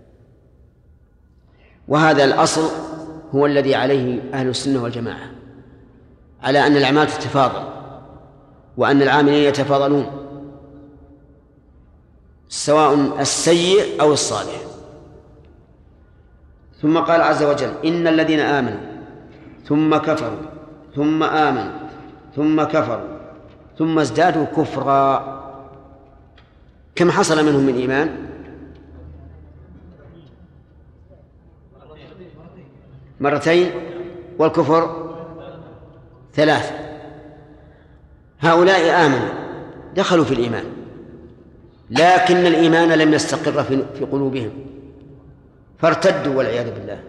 وهذا الأصل هو الذي عليه أهل السنة والجماعة، على أن الأعمال تتفاضل وأن العاملين يتفاضلون سواء السيء أو الصالح. ثم قال عز وجل: إن الذين آمنوا ثم كفروا ثم آمنوا ثم كفروا ثم ازدادوا كفرا. كم حصل منهم من إيمان؟ مرتين، والكفر 3. هؤلاء آمنوا دخلوا في الإيمان، لكن الإيمان لم يستقر في قلوبهم فارتدوا والعياذ بالله.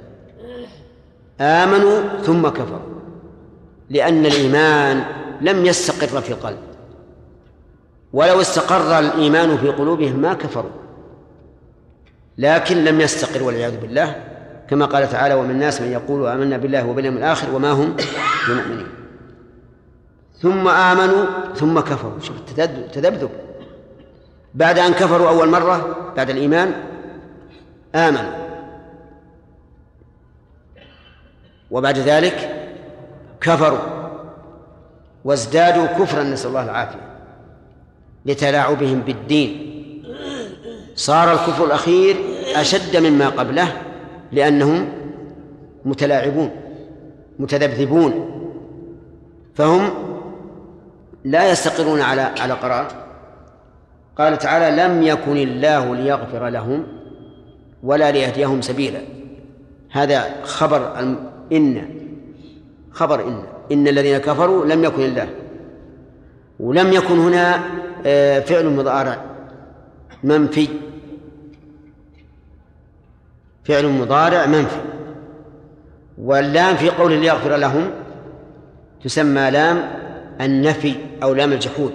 آمنوا ثم كفروا، لأن الإيمان لم يستقر في القلب، ولو استقر الإيمان في قلوبهم ما كفروا، لكن لم يستقر والعياذ بالله، كما قال تعالى: ومن الناس من يقول آمنا بالله وباليوم الآخر وما هم بمؤمنين. ثم آمنوا ثم كفروا. شوف التذبذب، بعد أن كفروا أول مرة بعد الإيمان آمنوا، وبعد ذلك كفروا وازدادوا كفرا، نسأل الله العافية، لتلاعبهم بالدين. صار الكفر الأخير أشد مما قبله، لأنهم متلاعبون متذبذبون، فهم لا يستقرون على قرار. قال تعالى: لم يكن الله ليغفر لهم ولا ليهديهم سبيلا. هذا خبر إن الذين كفروا لم يكن الله، ولم يكن هنا فعل مضارع منفي، فعل مضارع منفي، واللام في قوله ليغفر لهم تسمى لام النفي أو لام الجحود،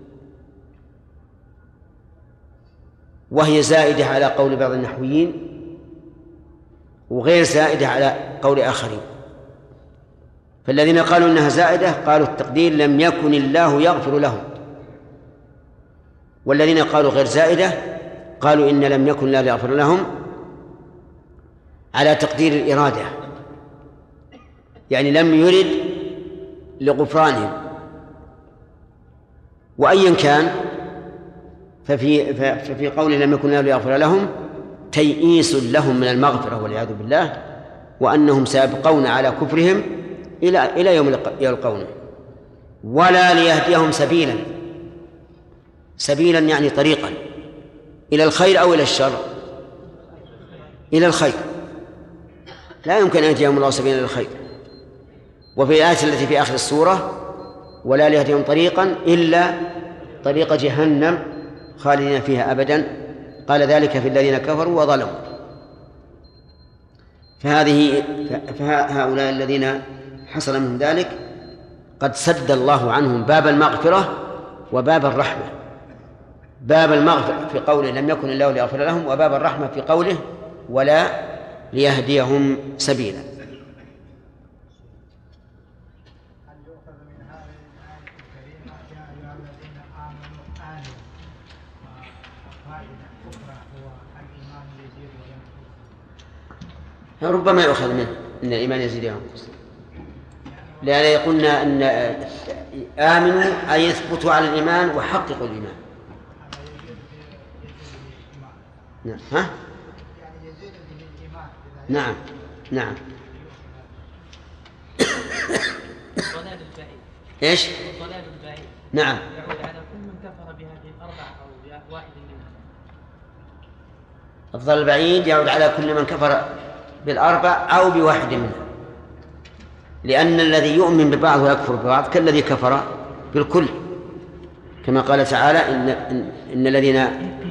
وهي زائدة على قول بعض النحويين وغير زائدة على قول آخرين. فالذين قالوا إنها زائدة قالوا التقدير لم يكن الله يغفر لهم، والذين قالوا غير زائدة قالوا إن لم يكن الله يغفر لهم على تقدير الإرادة، يعني لم يرد لغفرانهم. وأيا كان ففي قوله لم يكن الله يغفر لهم تيئيس لهم من المغفرة والعياذ بالله، وأنهم سيبقون على كفرهم إلى يوم يلقونه. ولا ليهديهم سبيلا يعني طريقا إلى الخير أو إلى الشر. إلى الخير، لا يمكن أن يهديهم الله سبيلا إلى الخير. وفي الآية التي في آخر السورة: ولا ليهديهم طريقا إلا طريق جهنم خالدين فيها أبدا، قال ذلك في الذين كفروا وظلموا. فهؤلاء الذين حصل منهم ذلك قد سد الله عنهم باب المغفرة وباب الرحمة. باب المغفرة في قوله لم يكن الله ليغفر لهم، وباب الرحمة في قوله ولا ليهديهم سبيلا. ربما يؤخذ منه أن الإيمان يزيد وينقص، لأن يقولنا أن آمنوا أي يثبتوا على الإيمان وحققوا الإيمان. ها؟ نعم نعم. إيش؟ الضلال البعيد نعم يعود على كل من كفر بهذه الأربعة أو بواحد منها. الضلال البعيد يعود على كل من كفر بالأربع أو بواحد منها، لأن الذي يؤمن ببعض ويكفر ببعض كالذي كفر بالكل، كما قال تعالى: إن الذين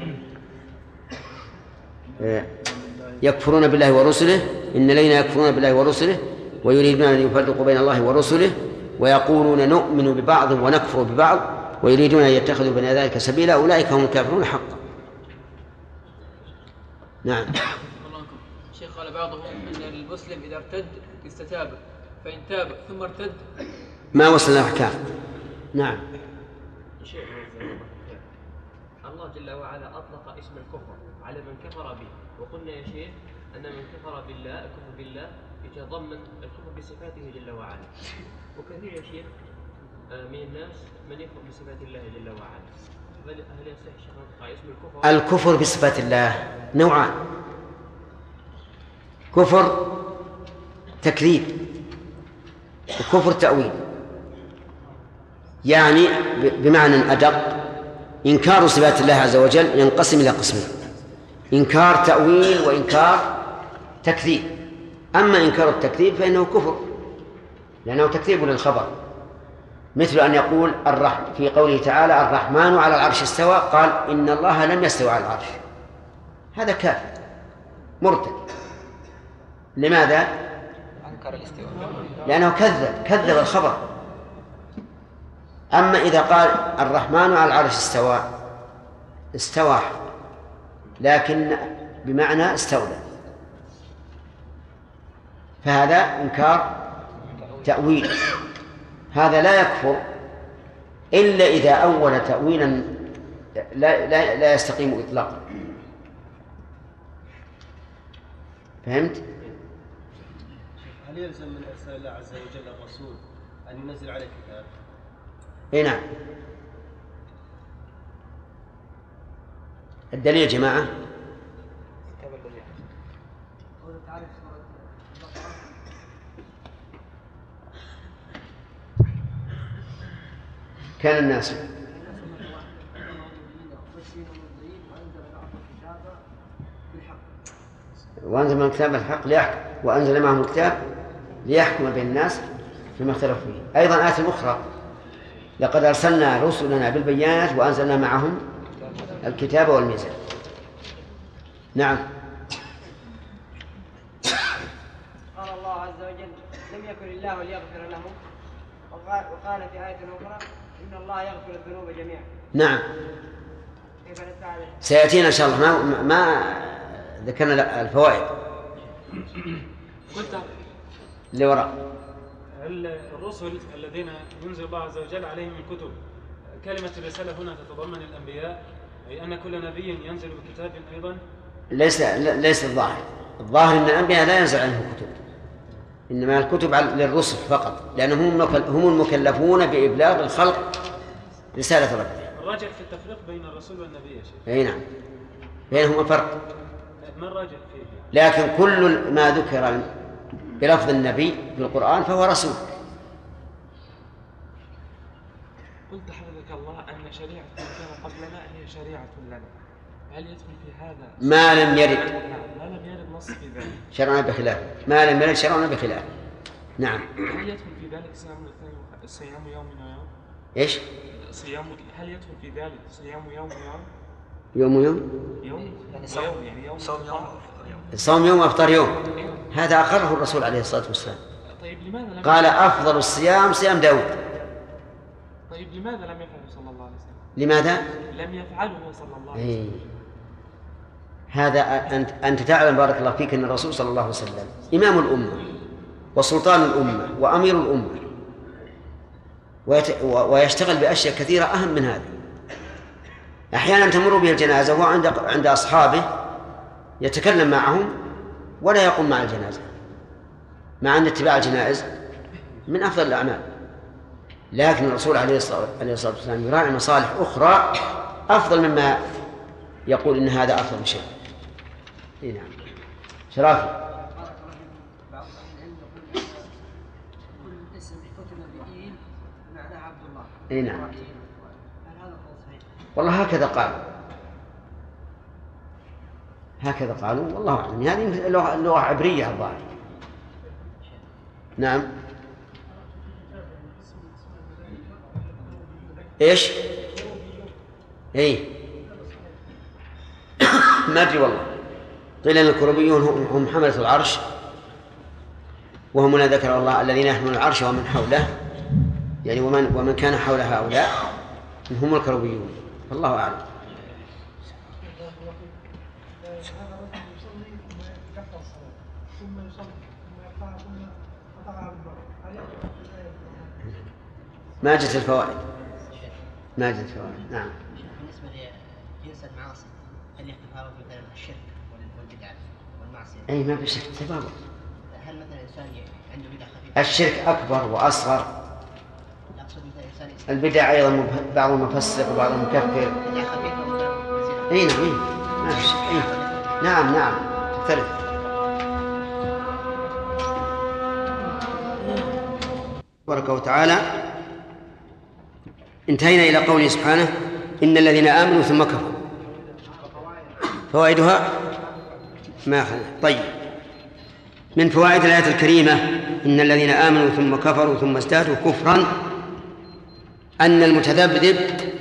يكفرون بالله ورسله إن الذين يكفرون بالله ورسله ويريدون أن يفرقوا بين الله ورسله ويقولون نؤمن ببعض ونكفر ببعض ويريدون أن يتخذوا بين ذلك سبيلا أولئك هم الكافرون حقا. نعم. شيخ قال بعضهم أن المسلم إذا ارتد يستتاب، فإن تاب ثم ارتد ما وصل الأحكام. نعم. شيخ الله جل وعلا أطلق اسم الكفر على من كفر به، وقلنا يا شيخ أن من كفر بالله الكفر بالله يتضمن الكفر بصفاته جل وعلا، وكثير يا شيخ من الناس من يكفر بصفات الله جل وعلا، هل يصح شيخ نطلق اسم الكفر؟ الكفر بصفات الله نوعان: كفر تكذيب وكفر تأويل. يعني بمعنى أدق إنكار صفات الله عز وجل ينقسم إلى قسمين: إنكار تأويل وإنكار تكذيب. أما إنكار التكذيب فإنه كفر لأنه تكذيب للخبر، مثل أن يقول في قوله تعالى الرحمن على العرش استوى، قال إن الله لم يستوى على العرش، هذا كافر مرتد. لماذا؟ لأنه كذب الخبر. أما إذا قال الرحمن على العرش استوى لكن بمعنى استولى، فهذا إنكار تأويل. هذا لا يكفر إلا إذا أول تأويلا لا يستقيم إطلاقا. فهمت؟ هل يلزم من إرسال الله عز وجل الرسول أن ينزل عليه كتاب؟ إيه نعم. الدليل يا جماعة كان الناس وأنزل من الكتاب الحق ليحكم وأنزل معهم الكتاب ليحكم بين الناس فيما اختلفوا فيه. أيضا آية أخرى: لقد أرسلنا رسلنا بالبينات وأنزلنا معهم الكتاب والميزان. نعم. قال الله عز وجل: لم يكن الله ليغفر لهم، وقال في آية أخرى: إن الله يغفر الذنوب جميعا. نعم. سيأتينا إن شاء الله ما ذكرنا الفوائد اللي وراء. الرسل الذين ينزل الله عز وجل عليهم الكتب، كلمة الرسالة هنا تتضمن الأنبياء، أي أن كل نبي ينزل بكتاب أيضا؟ ليس الظاهر أن الأنبياء لا ينزل عنهم كتب، إنما الكتب للرسل فقط، لأنهم هم المكلفون بإبلاغ الخلق رسالة ربهم. الراجع في التفريق بين الرسول والنبي يا شيخ. أي نعم، بينهما فرق. ما الراجع فيه؟ لكن كل ما ذكر بلفظ النبي في القرآن فهو رسول. قلت حفظك الله أن شريعة من كان قبلنا هي شريعة لنا، هل يدخل في هذا ما لم يرد؟ ما لم يرد نص في ذلك شرعنا بخلاف ما لم يرد شرعنا بخلاف. نعم. هل يدخل في ذلك صيام يوم ويوم؟ ايش؟ هل يدخل في ذلك صيام يوم ويوم؟ يوم يعني صوم، يعني يوم صوم يوم وافطار يوم، هذا أقره الرسول عليه الصلاة والسلام. طيب لماذا قال أفضل الصيام صيام داود. طيب لماذا لم يفعله صلى الله عليه وسلم؟ لماذا؟ لم يفعله صلى الله عليه وسلم. هذا أنت تعلم بارك الله فيك أن الرسول صلى الله عليه وسلم إمام الأمة وسلطان الأمة وأمير الأمة، ويشتغل بأشياء كثيرة أهم من هذا. أحيانا تمر به الجنازة وهو عند أصحابه يتكلم معهم ولا يقوم مع الجنازة، مع أن اتباع الجنائز من أفضل الأعمال، لكن الرسول عليه الصلاة والسلام يراعي مصالح أخرى أفضل مما يقول إن هذا أفضل شيء. نعم. شرافي. نعم. والله هكذا قالوا والله أعلم. هذه اللغة عبرية الظاهر. نعم. إيش؟ ما أدري والله. قيل أن الكروبيون هم حملة العرش، وهم من ذكر الله الذين يحملون العرش ومن حوله، يعني ومن كان حول هؤلاء هم الكروبيون، والله أعلم. ثم يصلي ثم يقطعها ثم قطعها بالبر هل يقطع الآية؟ ما جت الفوائد. ما جت الفوائد. نعم. بالنسبة لجنس المعاصي هل يتفاوت مثلا الشرك والبدعة والمعصية؟ أي ما في شك تفاوت. هل مثلا إنسان عنده بدعة خفيفة؟ الشرك أكبر وأصغر. أقصد مثلا إنسان البدع أيضا بعضهم مفسق وبعضهم مكفر. بدعة خفيفة مثلا. أي نعم. ما في شك. نعم تختلف. تبارك وتعالى انتهينا إلى قوله سبحانه إن الذين آمنوا ثم كفروا. فوائدها ما أخذ. طيب، من فوائد الآية الكريمة إن الذين آمنوا ثم كفروا ثم ازدادوا كفرا أن المتذبذب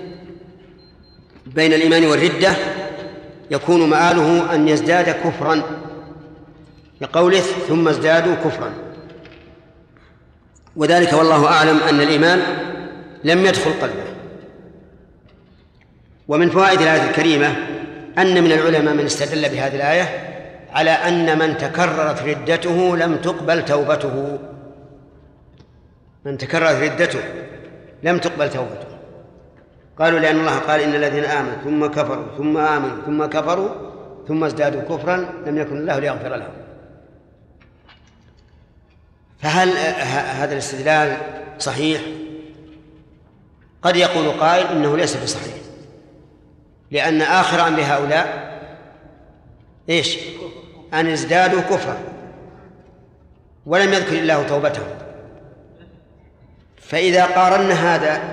بين الإيمان والردة يكون مآله أن يزداد كفرا، لقوله ثم ازدادوا كفرا، وذلك والله أعلم أن الإيمان لم يدخل قلبه. ومن فوائد الآية الكريمة أن من العلماء من استدل بهذه الآية على أن من تكررت ردته لم تقبل توبته. من تكررت ردته لم تقبل توبته. قالوا لأن الله قال إن الذين آمنوا ثم كفروا ثم آمنوا ثم كفروا ثم ازدادوا كفرا لم يكن الله ليغفر لهم. فهل هذا الاستدلال صحيح؟ قد يقول قائل إنه ليس بصحيح، لأن آخر أمر هؤلاء إيش؟ أن ازدادوا كفرا ولم يذكر الله توبتهم. فإذا قارنا هذا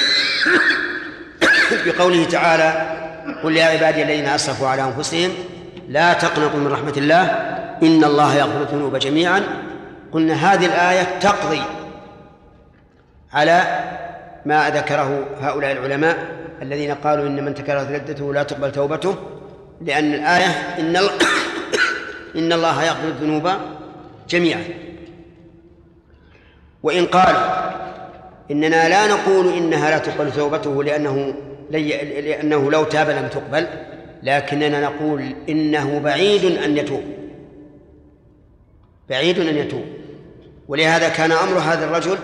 بقوله تعالى قل يا عبادي الذين أسرفوا على أنفسهم لا تقنطوا من رحمة الله إن الله يغفر الذنوب جميعا، قلنا هذه الآية تقضي على ما ذكره هؤلاء العلماء الذين قالوا إن من تكررت ردته لا تقبل توبته، لأن الآية إن الله يغفر الذنوب جميعا. وإن قالوا إننا لا نقول إنها لا تقبل توبته لأنه لو تاب لم تقبل، لكننا نقول إنه بعيد أن يتوب، بعيد أن يتوب. ولهذا كان أمر هذا الرجل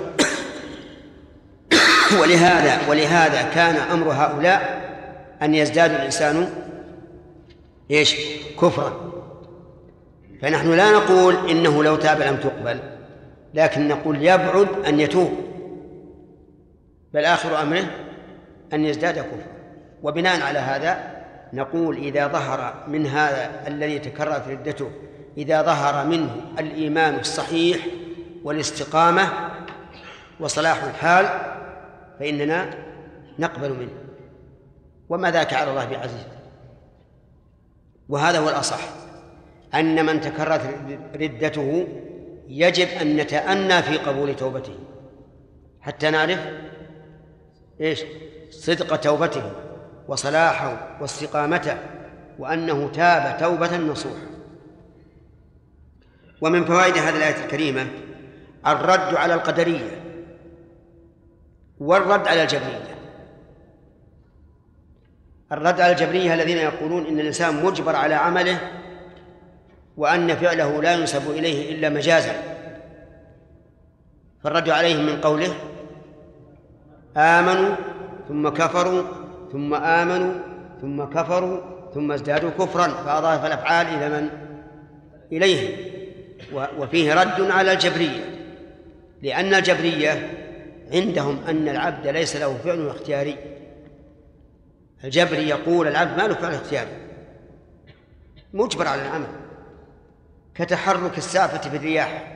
ولهذا كان أمر هؤلاء أن يزداد الإنسان إيش؟ كفرا. فنحن لا نقول إنه لو تاب لم تقبل، لكن نقول يبعد أن يتوب، بل آخر أمره أن يزداد كفرا. وبناء على هذا نقول إذا ظهر من هذا الذي تكررت ردته إذا ظهر منه الإيمان الصحيح والاستقامة وصلاح الحال فإننا نقبل منه، وما ذاك على الله بعزيز. وهذا هو الأصح، أن من تكررت ردته يجب أن نتأنى في قبول توبته حتى نعرف إيش؟ صدق توبته وصلاحه واستقامته، وأنه تاب توبة نصوحا. ومن فوائد هذه الآية الكريمة الرد على القدرية والرد على الجبرية. الرد على الجبرية الذين يقولون إن الإنسان مجبر على عمله وأن فعله لا ينسب إليه إلا مجازا، فالرد عليهم من قوله آمنوا ثم كفروا ثم آمنوا ثم كفروا ثم ازدادوا كفرا، فأضاف الأفعال إلى من؟ إليهم. وفيه رد على الجبرية، لأن الجبرية عندهم أن العبد ليس له فعل اختياري. الجبري يقول العبد ما له فعل اختياري، مجبر على العمل، كتحرك السافة في الرياح.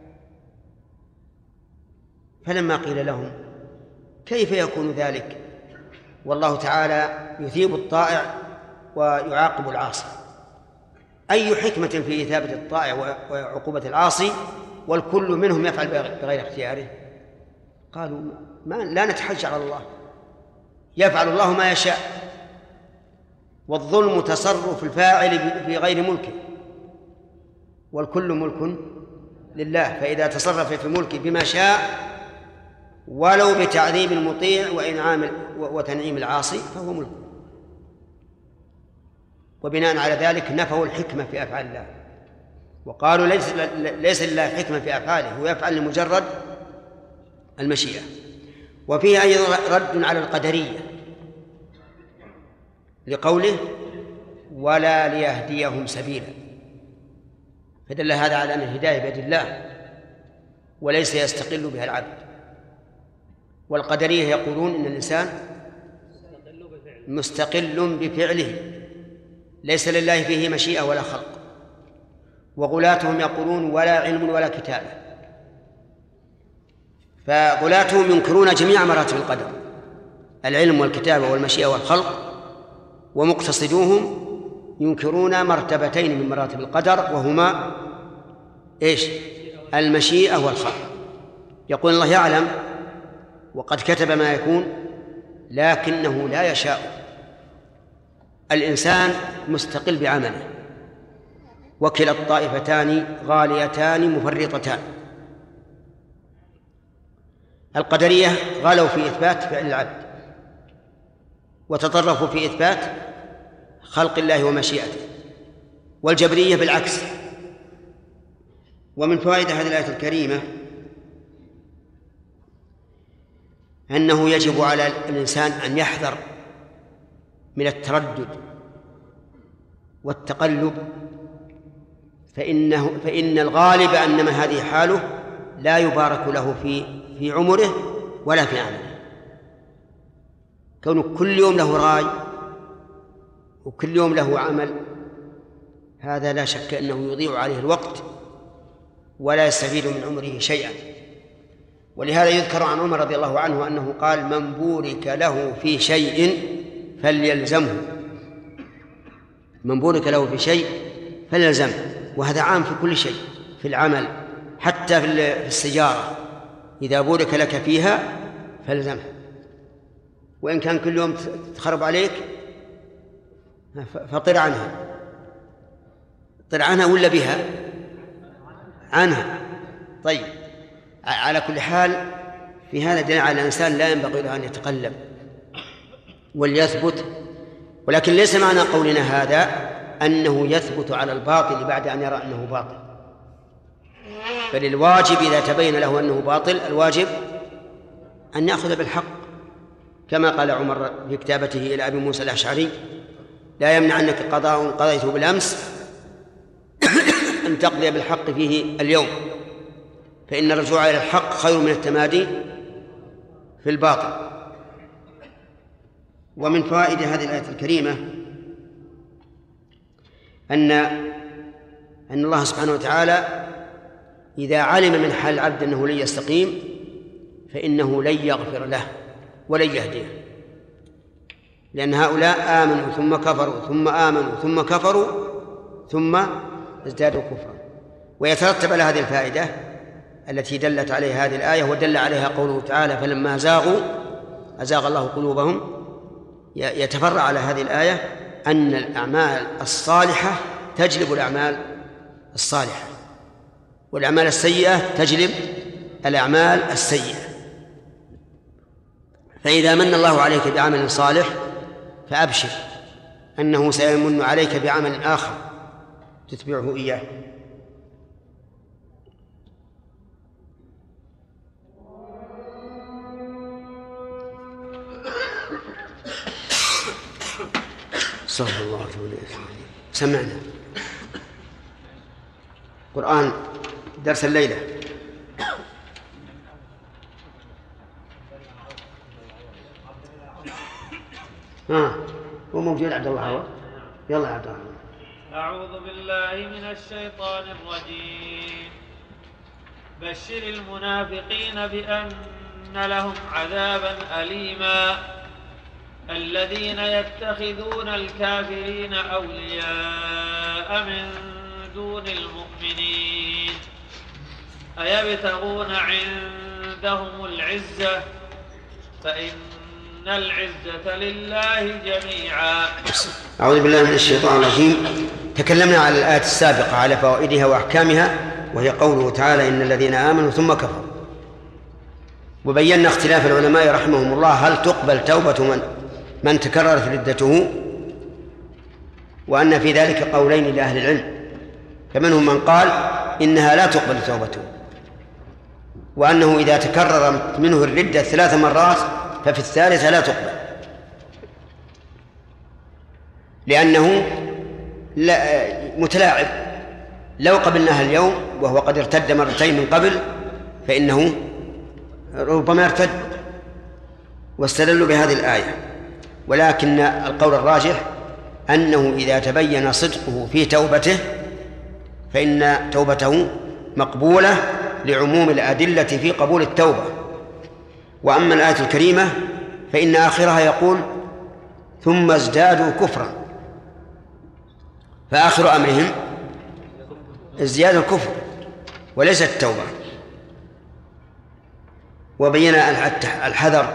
فلما قيل لهم كيف يكون ذلك والله تعالى يثيب الطائع ويعاقب العاصي، أي حكمة في إثابة الطائع وعقوبة العاصي والكل منهم يفعل بغير اختياره؟ قالوا لا نتحجر على الله، يفعل الله ما يشاء، والظلم تصرف الفاعل في غير ملكه، والكل ملك لله، فإذا تصرف في ملكه بما شاء ولو بتعذيب المطيع وإنعام وتنعيم العاصي فهو ملك. وبناء على ذلك نفوا الحكمة في أفعال الله وقالوا ليس لله حكمة في أفعاله، هو يفعل لمجرد المشيئة. وفيه أيضا رد على القدرية لقوله ولا ليهديهم سبيلا، فدل هذا على أن الهداية بيد الله وليس يستقل بها العبد. والقدرية يقولون إن الإنسان مستقل بفعله ليس لله فيه مشيئة ولا خلق. وغلاتهم يقولون ولا علم ولا كتابة، فغلاتهم ينكرون جميع مراتب القدر، العلم والكتابة والمشيئة والخلق، ومقتصدوهم ينكرون مرتبتين من مراتب القدر وهما إيش؟ المشيئة والخلق. يقول الله يعلم وقد كتب ما يكون لكنه لا يشاء. الإنسان مستقل بعمله، وكلا الطائفتان غاليتان مفرطتان. القدرية غالوا في إثبات فعل العبد وتطرفوا في إثبات خلق الله ومشيئته، والجبرية بالعكس. ومن فوائد هذه الآية الكريمة أنه يجب على الإنسان أن يحذر من التردد والتقلب، فإن الغالب أن هذه حاله لا يبارك له في عمره ولا في عمله. كونه كل يوم له راي وكل يوم له عمل، هذا لا شك أنه يضيع عليه الوقت ولا يستفيد من عمره شيئا. ولهذا يذكر عن عمر رضي الله عنه أنه قال من بورك له في شيء فليلزمه، من بورك له في شيء فليلزمه. وهذا عام في كل شيء، في العمل حتى في السيارة، إذا بورك لك فيها فلزمها، وإن كان كل يوم تخرب عليك فطر عنها، طر عنها ولا بها عنها. طيب، على كل حال في هذا دليل على الإنسان لا ينبغي له أن يتقلب وليثبت. ولكن ليس معنى قولنا هذا أنه يثبت على الباطل بعد أن يرى أنه باطل، بل الواجب إذا تبين له أنه باطل الواجب أن يأخذ بالحق، كما قال عمر في كتابته إلى أبي موسى الأشعري لا يمنعنك قضاء قضيته بالأمس أن تقضي بالحق فيه اليوم، فإن الرجوع إلى الحق خير من التمادي في الباطل. ومن فوائد هذه الآية الكريمة أن الله سبحانه وتعالى إذا علم من حال العبد أنه لن يستقيم فإنه لن يغفر له ولن يهديه، لأن هؤلاء آمنوا ثم كفروا ثم آمنوا ثم كفروا ثم ازدادوا كفرا. ويترتب على هذه الفائدة التي دلت عليها هذه الآية ودل عليها قوله تعالى فلما زاغوا أزاغ الله قلوبهم، يتفرع على هذه الآية أن الأعمال الصالحة تجلب الأعمال الصالحة، والأعمال السيئة تجلب الأعمال السيئة. فإذا من الله عليك بعمل صالح فأبشر أنه سيمن عليك بعمل آخر تتبعه إياه. صلى الله عليه وسلم. سمعنا قرآن درس الليلة. هو موجود عبد الله؟ يلا عبد الله. أعوذ بالله من الشيطان الرجيم. بشر المنافقين بأن لهم عذابا أليما الذين يتخذون الكافرين أولياء من دون المؤمنين أيبتغون عندهم العزة فإن العزة لله جميعا. أعوذ بالله من الشيطان الرجيم. تكلمنا على الآية السابقة على فوائدها وأحكامها، وهي قوله تعالى إن الذين آمنوا ثم كفروا، وبينا اختلاف العلماء رحمهم الله هل تقبل توبة من تكررت ردته، وأن في ذلك قولين لأهل العلم، فمنهم من قال إنها لا تقبل توبته، وأنه إذا تكرر منه الردة 3 مرات ففي الثالثة لا تقبل، لأنه متلاعب. لو قبلناها اليوم وهو قد ارتد 2 مرات من قبل فإنه ربما ارتد، واستدلوا بهذه الآية. ولكن القول الراجح أنه إذا تبين صدقه في توبته فإن توبته مقبولة لعموم الأدلة في قبول التوبة. وأما الآية الكريمة فإن آخرها يقول ثم ازدادوا كفرا، فآخر أمرهم ازدياد الكفر وليس التوبة. وبين الحذر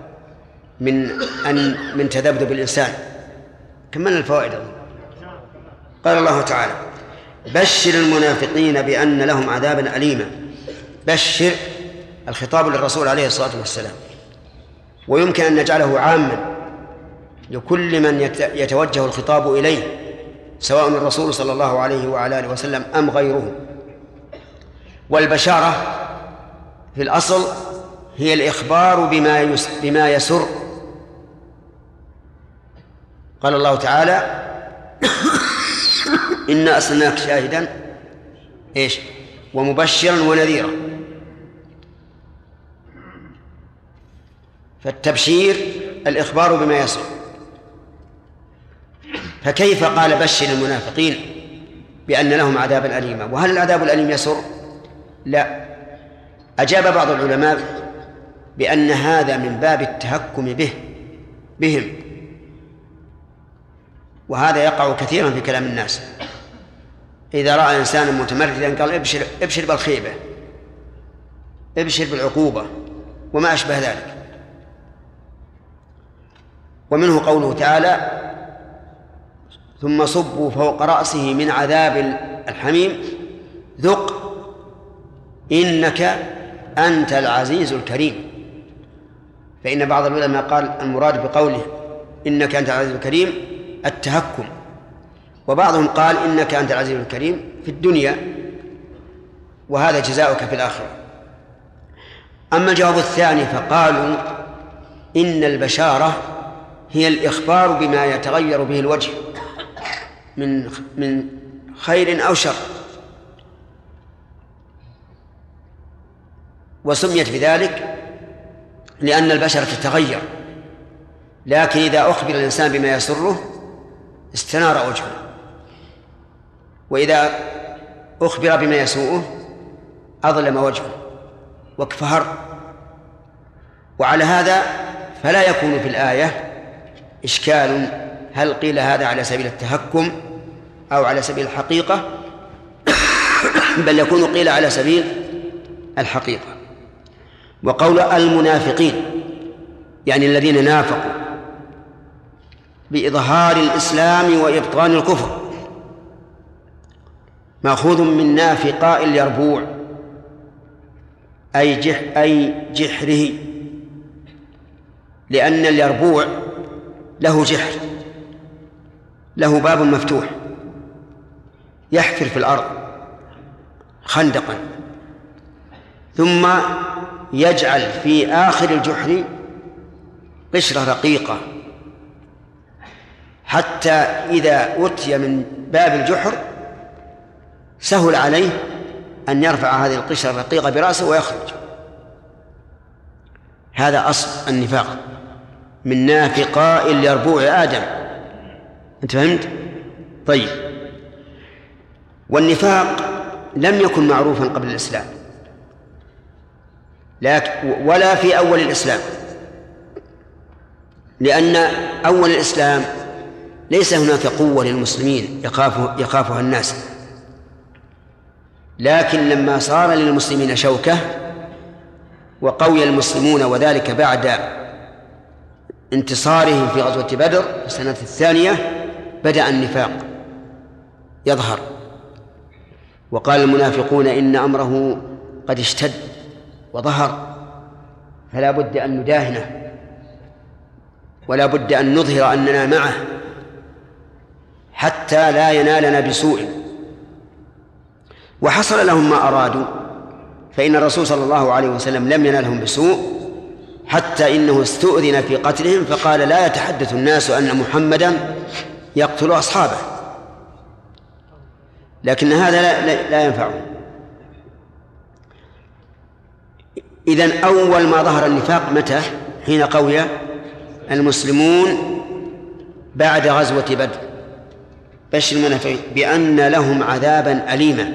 من تذبذب الإنسان. كملنا الفوائد. قال الله تعالى بشر المنافقين بأن لهم عذابا أليما. بشر الخطاب للرسول عليه الصلاة والسلام، ويمكن أن نجعله عاما لكل من يتوجه الخطاب إليه، سواء الرسول صلى الله عليه وعلى آله وسلم أم غيره. والبشارة في الأصل هي الإخبار بما يسر. قال الله تعالى إنا أرسلناك شاهدا ومبشرا ونذيرا. فالتبشير الإخبار بما يسر. فكيف قال بشر المنافقين بأن لهم عذابا أليما؟ وهل العذاب الأليم يسر؟ لا. أجاب بعض العلماء بأن هذا من باب التهكم بهم، وهذا يقع كثيرا في كلام الناس. إذا رأى إنسانا متمردا قال ابشر بالخيبة، ابشر بالعقوبة وما أشبه ذلك. ومنه قوله تعالى ثم صبوا فوق رأسه من عذاب الحميم ذق إنك أنت العزيز الكريم. فإن بعض العلماء قال المراد بقوله إنك أنت العزيز الكريم التهكم، وبعضهم قال إنك أنت العزيز الكريم في الدنيا وهذا جزاؤك في الآخرة. أما الجواب الثاني فقالوا إن البشارة هي الإخبار بما يتغير به الوجه من خير أو شر، وسميت بذلك لأن البشرة تتغير. لكن إذا أخبر الإنسان بما يسره استنار وجهه، وإذا أخبر بما يسوءه أظلم وجهه واكفهر. وعلى هذا فلا يكون في الآية إشكال هل قيل هذا على سبيل التهكم أو على سبيل الحقيقة، بل يكون قيل على سبيل الحقيقة. وقول المنافقين يعني الذين نافقوا بإظهار الإسلام وإبطان الكفر مأخوذ من نافقاء اليربوع أي جحره، لأن اليربوع له جحر، له باب مفتوح يحفر في الأرض خندقا، ثم يجعل في آخر الجحر قشرة رقيقة حتى إذا أتي من باب الجحر سهل عليه أن يرفع هذه القشرة الرقيقة برأسه ويخرج. هذا أصل النفاق، من نافقاء اليربوع آدم. أنت فهمت؟ طيب. والنفاق لم يكن معروفا قبل الإسلام ولا في أول الإسلام، لأن أول الإسلام ليس هناك قوة للمسلمين يخافها الناس، لكن لما صار للمسلمين شوكة وقوي المسلمون، وذلك بعد انتصارهم في غزوة بدر في السنة الثانية، بدأ النفاق يظهر. وقال المنافقون إن أمره قد اشتد وظهر، فلا بد أن نداهنه ولا بد أن نظهر أننا معه حتى لا ينالنا بسوء. وحصل لهم ما أرادوا، فإن الرسول صلى الله عليه وسلم لم ينالهم بسوء، حتى إنه استؤذن في قتلهم فقال لا يتحدث الناس أن محمدا يقتل أصحابه، لكن هذا لا ينفعه. إذن أول ما ظهر النفاق متى؟ حين قوي المسلمون بعد غزوة بدر. بشر المنافقين بأن لهم عذابا أليما،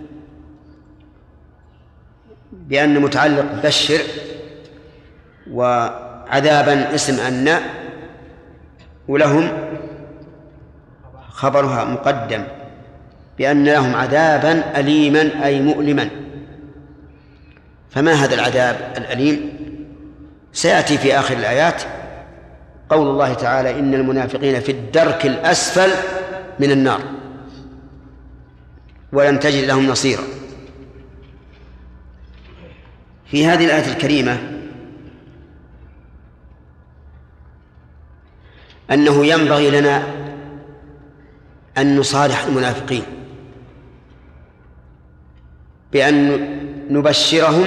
بأن متعلق بشر وعذابا اسم أن، ولهم خبرها مقدم بأن لهم عذابا أليما أي مؤلما. فما هذا العذاب الأليم؟ سيأتي في آخر الآيات قول الله تعالى إن المنافقين في الدرك الأسفل من النار ولن تجد لهم نصيرا. في هذه الآية الكريمة أنه ينبغي لنا أن نصالح المنافقين بأن نبشرهم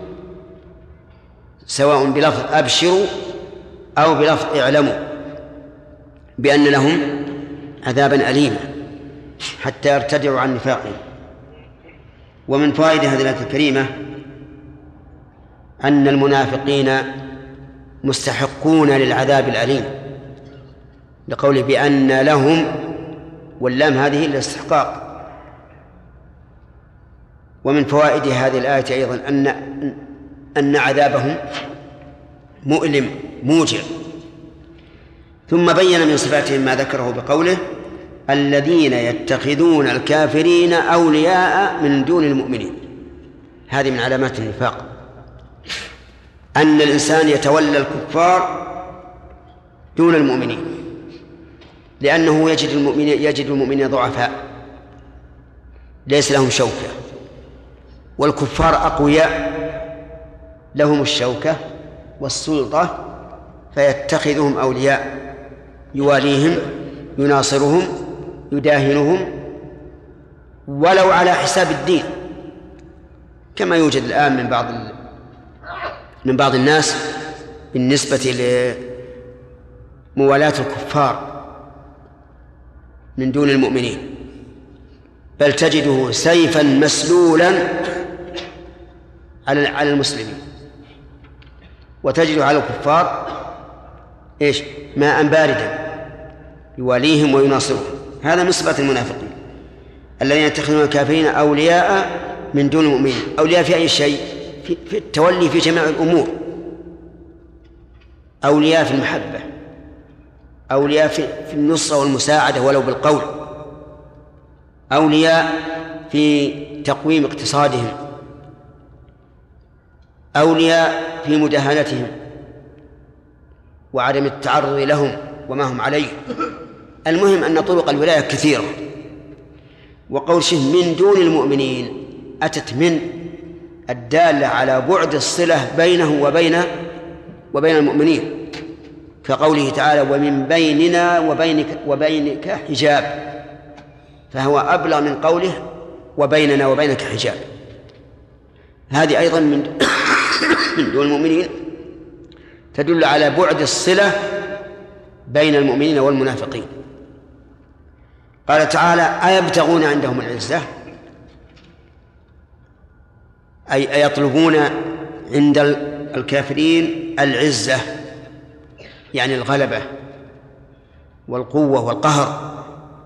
سواء بلفظ أبشروا أو بلفظ اعلموا بأن لهم عذابا أليما حتى يرتدعوا عن نفاقهم. ومن فوائد هذه الآية الكريمة أن المنافقين مستحقون للعذاب الأليم لقوله بأن لهم، واللام هذه الاستحقاق. ومن فوائد هذه الآية أيضا أن عذابهم مؤلم موجع. ثم بين من صفاتهم ما ذكره بقوله الذين يتخذون الكافرين أولياء من دون المؤمنين. هذه من علامات النفاق، أن الإنسان يتولى الكفار دون المؤمنين، لأنه يجد المؤمنين ضعفاء ليس لهم شوكة، والكفار أقوياء لهم الشوكة والسلطة، فيتخذهم أولياء يواليهم يناصرهم يداهنهم ولو على حساب الدين، كما يوجد الآن من بعض الناس بالنسبة لموالاة الكفار من دون المؤمنين، بل تجده سيفا مسلولا على المسلمين، وتجد على الكفار ماء باردا يواليهم ويناصرهم. هذا من صفات المنافقين الذين يتخذون الكافرين أولياء من دون المؤمنين. أولياء في أي شيء؟ في التولي في جميع الأمور، أولياء في المحبة، أولياء في النصرة والمساعدة ولو بالقول، أولياء في تقويم اقتصادهم، أولياء في مداهنتهم وعدم التعرض لهم وما هم عليه. المهم أن طرق الولاية كثيرة. وقول من دون المؤمنين أتت من الدالة على بعد الصلة بينه وبين المؤمنين، كقوله تعالى ومن بيننا وبينك حجاب، فهو أبلغ من قوله وبيننا وبينك حجاب. هذه أيضا من دون المؤمنين تدل على بعد الصلة بين المؤمنين والمنافقين. قال تعالى أيبتغون عندهم العزة، أي أيطلبون عند الكافرين العزة، يعني الغلبة والقوة والقهر.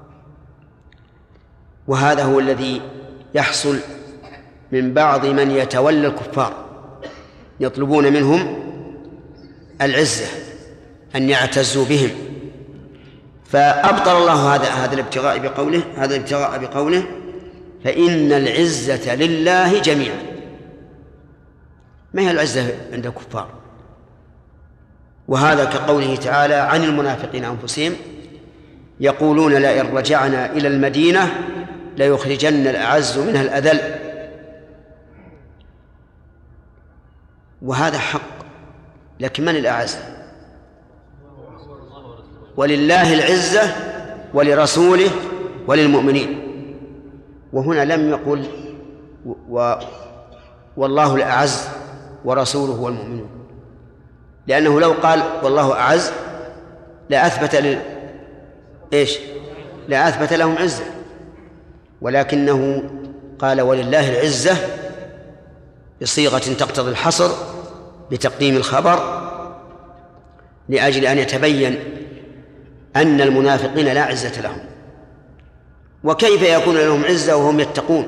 وهذا هو الذي يحصل من بعض من يتولى الكفار، يطلبون منهم العزة، أن يعتزوا بهم، فأبطل الله هذا الابتغاء بقوله فإن العزة لله جميعا. ما هي العزة عند الكفار؟ وهذا كقوله تعالى عن المنافقين أنفسهم يقولون لئن رجعنا إلى المدينة ليخرجن الأعز منها الأذل. وهذا حق، لكن من الأعز؟ ولله العزة ولرسوله وللمؤمنين. وهنا لم يقل والله الأعز ورسوله والمؤمنون، لأنه لو قال والله أعز لأثبت لهم عزة، ولكنه قال ولله العزة بصيغة تقتضي الحصر بتقديم الخبر لأجل أن يتبين أن المنافقين لا عزة لهم. وكيف يكون لهم عزة وهم يتقون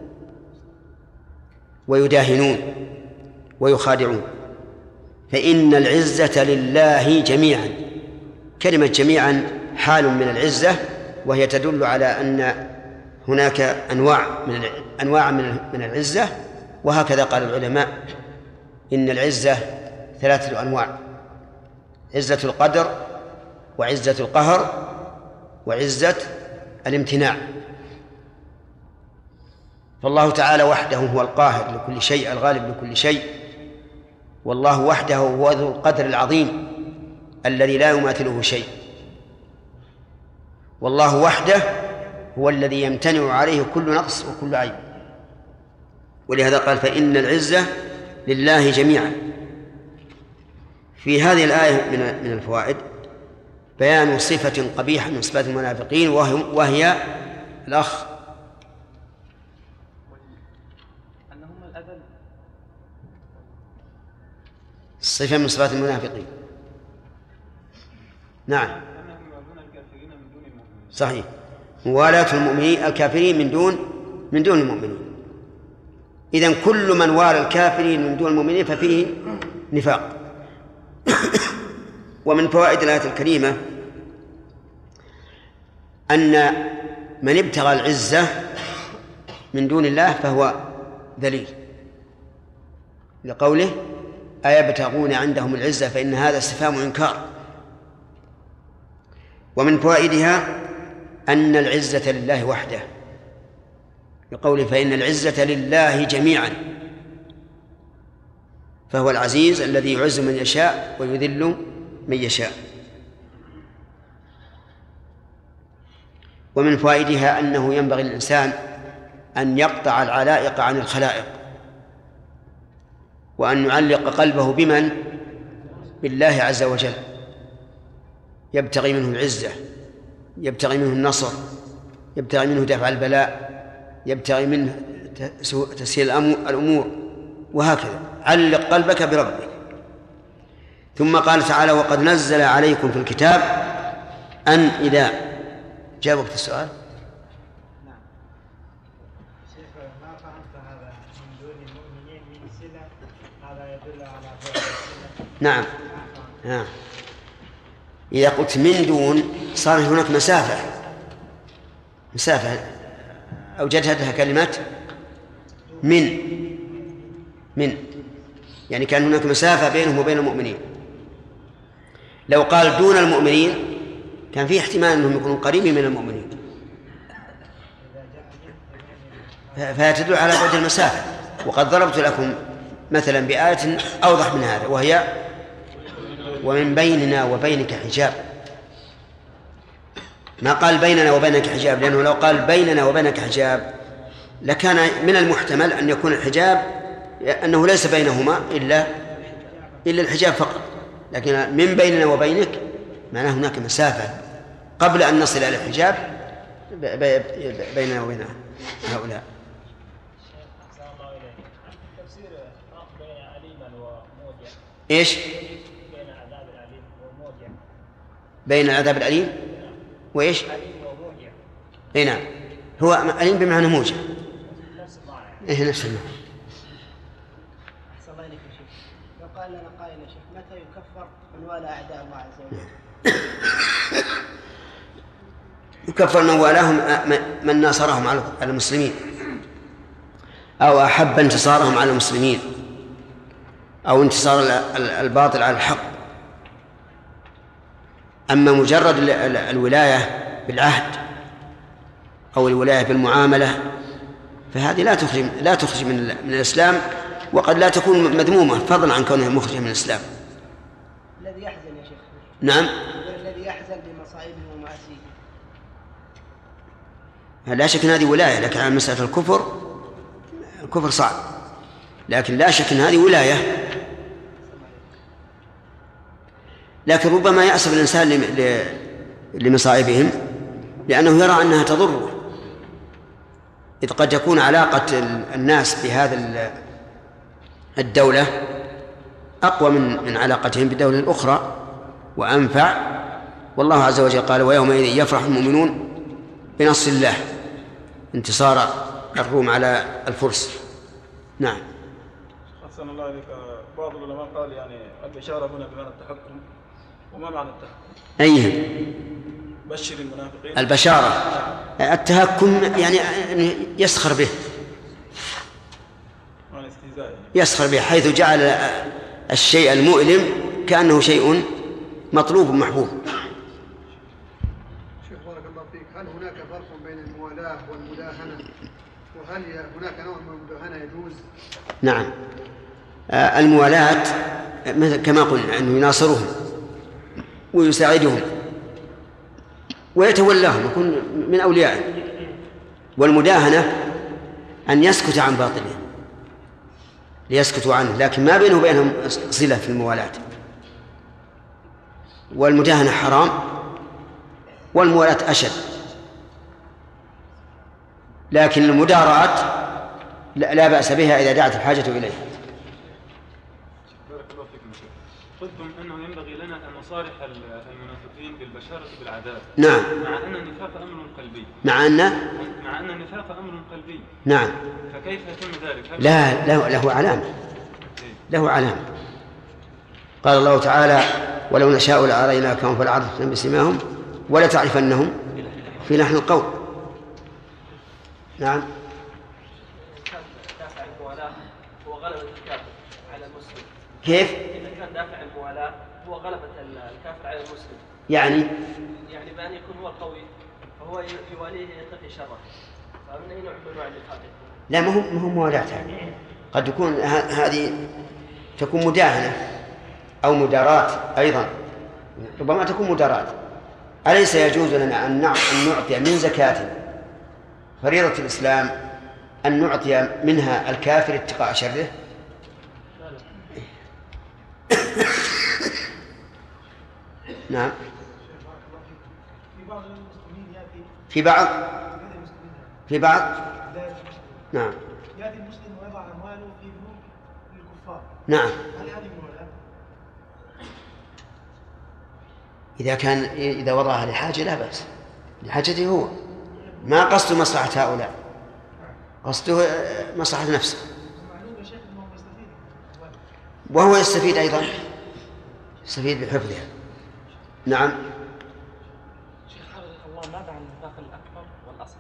ويداهنون ويخادعون؟ فإن العزة لله جميعا. كلمة جميعا حال من العزة، وهي تدل على أن هناك أنواع من العزة، وهكذا قال العلماء إن العزة 3 أنواع: عزة القدر، وعزة القهر، وعزة الامتناع. فالله تعالى وحده هو القاهر لكل شيء الغالب لكل شيء، والله وحده هو ذو القدر العظيم الذي لا يماثله شيء، والله وحده هو الذي يمتنع عليه كل نقص وكل عيب. ولهذا قال فإن العزة لله جميعا. في هذه الآية من الفوائد بيان صفة قبيحة من صفات المنافقين، وهي الأخ صفة من صفات المنافقين. نعم صحيح، موالاة المؤمنين الكافرين من دون المؤمنين. إذن كل من والى الكافرين من دون المؤمنين ففيه نفاق. ومن فوائد الآية الكريمة أن من ابتغى العزة من دون الله فهو ذليل، لقوله أيبتغون عندهم العزة، فإن هذا استفهام إنكار. ومن فوائدها أن العزة لله وحده، لقوله فإن العزة لله جميعا، فهو العزيز الذي يعز من يشاء ويذل من يشاء. ومن فوائدها أنه ينبغي للإنسان أن يقطع العلائق عن الخلائق، وأن يعلق قلبه بمن؟ بالله عز وجل، يبتغي منه العزة، يبتغي منه النصر، يبتغي منه دفع البلاء، يبتغي منه تسهيل الأمور، وهكذا. علق قلبك بربك. ثم قال تعالى وقد نزل عليكم في الكتاب أن إذا جاء وقت السؤال. نعم شيخ، ما فهمت هذا من دون المؤمنين من سنة، هذا يدل على بعد السنة. نعم إذا قلت من دون صار هناك مسافة أوجدتها كلمة من يعني كان هناك مسافة بينهم وبين المؤمنين. لو قال دون المؤمنين كان فيه احتمال أنهم يكونوا قريبين من المؤمنين، فتدل على بعد المسافة. وقد ضربت لكم مثلا بآية أوضح من هذا، وهي ومن بيننا وبينك حجاب. ما قال بيننا وبينك حجاب، لأنه لو قال بيننا وبينك حجاب لكان من المحتمل أن يكون الحجاب أنه ليس بينهما إلا الحجاب فقط، لكن من بيننا وبينك معناه هناك مسافة قبل أن نصل إلى الحجاب بيننا وبين هؤلاء. إيش؟ بين العذاب الأليم وإيش؟ إيه نعم، هو أليم بمعنى موجع. إيه نفس المعنى. أحسن الله إليك يا شيخ. لو قال لنا قائل يا شيخ متى يكفر من والى أعداء الله عز وجل؟ يكفر من والاهم من ناصرهم على المسلمين، أو أحب انتصارهم على المسلمين، أو انتصار الباطل على الحق. أما مجرد الولاية بالعهد أو الولاية بالمعاملة فهذه لا تخرج من الإسلام، وقد لا تكون مذمومة فضلا عن كونها مخرجة من الإسلام. الذي يحزن يا شيخ. نعم. الذي يحزن بمصائبه ومعاصيه. لا شك أن هذه ولاية، لكن على مسألة الكفر الكفر صعب، لكن لا شك أن هذه ولاية. لكن ربما يأسف الإنسان لمصائبهم لأنه يرى أنها تضره، إذ قد يكون علاقة الناس بهذا الدولة أقوى من علاقتهم بالدولة الأخرى وأنفع. والله عز وجل قال: ويومئذ يفرح المؤمنون بنصر الله، انتصار الروم على الفرس. نعم. أحسن الله عليك. بعض العلماء قال يعني البشارة هنا بمعنى التحكم، وما معنى التحكم؟ أيه؟ بشر المنافقين. البشارة التهكم يعني يسخر به، يسخر به، حيث جعل الشيء المؤلم كأنه شيء مطلوب محبوب. شيخ بارك الله فيك، هل هناك فرق بين الموالاة والمداهنة؟ وهل هناك نوع من المداهنة يجوز؟ نعم. الموالاة كما قلنا أنه يناصرهم ويساعدهم ويتولاهم، يكون من أوليائهم. والمداهنة أن يسكت عن باطلهم ليسكتوا عنه، لكن ما بينه وبينهم صلة في الموالاة. والمداهنة حرام، والموالاة أشد. لكن المداراة لا بأس بها إذا دعت الحاجة إليها. بارك الله فيكم شيخ. قلتم أنه ينبغي لنا أن نصارح المنافقين بالبشارة بالعذاب. نعم. مع أن النفاق أمر قلبي. مع أن النفاق أمر قلبي. نعم. فكيف يتم ذلك؟ لا، له علامة، له علامة. قال الله تعالى: ولو نشاء لأريناكهم فلعرفتم بسيماهم ولتعرفنهم في لحن القول. نعم. دافع الموالاة هو غلبة الكافر على المسلم. كيف؟ إذا كان دافع الموالاة هو غلبة الكافر على المسلم، يعني بأن يكون هو القوي فهو يواليه يتقي شره، فمن أي نوع من أنواع النفاق؟ لا، ما هو موالاة. قد يكون هذه تكون مداهنة أو مداراة أيضا، ربما تكون مداراة. أليس يجوز لنا أن نعطي من زكاة فريضة الإسلام أن نعطي منها الكافر اتقاء شره؟ نعم. في بعض نعم. يأتي المسلم ويضع أمواله في بنوك للكفار. نعم. هل هذه موالاة؟ إذا وضعها لحاجة لا بأس، لحاجته هو، ما قصده مصلحة هؤلاء، قصده مصلحة نفسه، وهو يستفيد أيضا، يستفيد بحفظها. نعم. شيخ حفظك الله، ماذا عن النفاق الأكبر والأصغر؟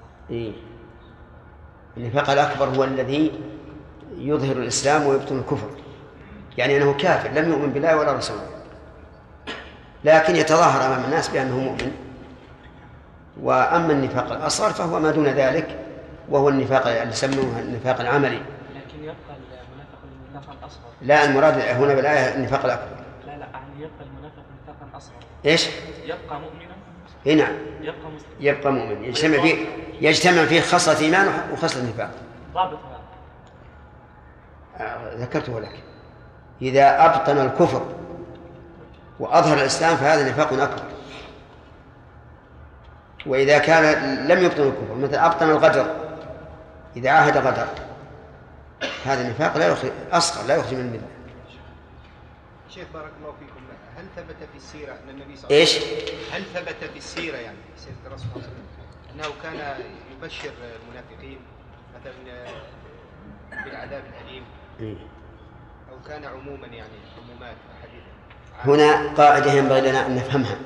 النفاق الأكبر هو الذي يظهر الإسلام ويبطن الكفر، يعني أنه كافر لم يؤمن بالله ولا رسوله، لكن يتظاهر أمام الناس بأنه مؤمن. وأما النفاق الأصغر فهو ما دون ذلك، وهو النفاق اللي يسمونه النفاق العملي. لكن يبقى المنافق النفاق الأصغر. لا، المراد هنا بالآية النفاق الأكبر. لا، يبقى المنافق نفاقا أصغر. إيش؟ يبقى مؤمنا. نعم. يبقى مؤمن، يجتمع فيه خصلة إيمان وخصلة نفاق. ضابط هذا ذكرته لك. إذا أبطن الكفر وأظهر الإسلام فهذا نفاق أكبر. وإذا كان لم يبطن الكفر، مثل أبطن الغدر، إذا عاهد غدر، هذا النفاق لا يخرج أصغر، لا يخرج من الملة. شيخ بارك الله فيكم، هل ثبت في السيرة أن النبي صلى الله عليه وسلم هل ثبت في السيرة يعني في سيرة الرسول صلى الله عليه وسلم أنه كان يبشر المنافقين مثلا بالعذاب الأليم، أو كان عموما يعني عمومات أحاديث؟ هنا قاعدة ينبغي لنا أن نفهمها.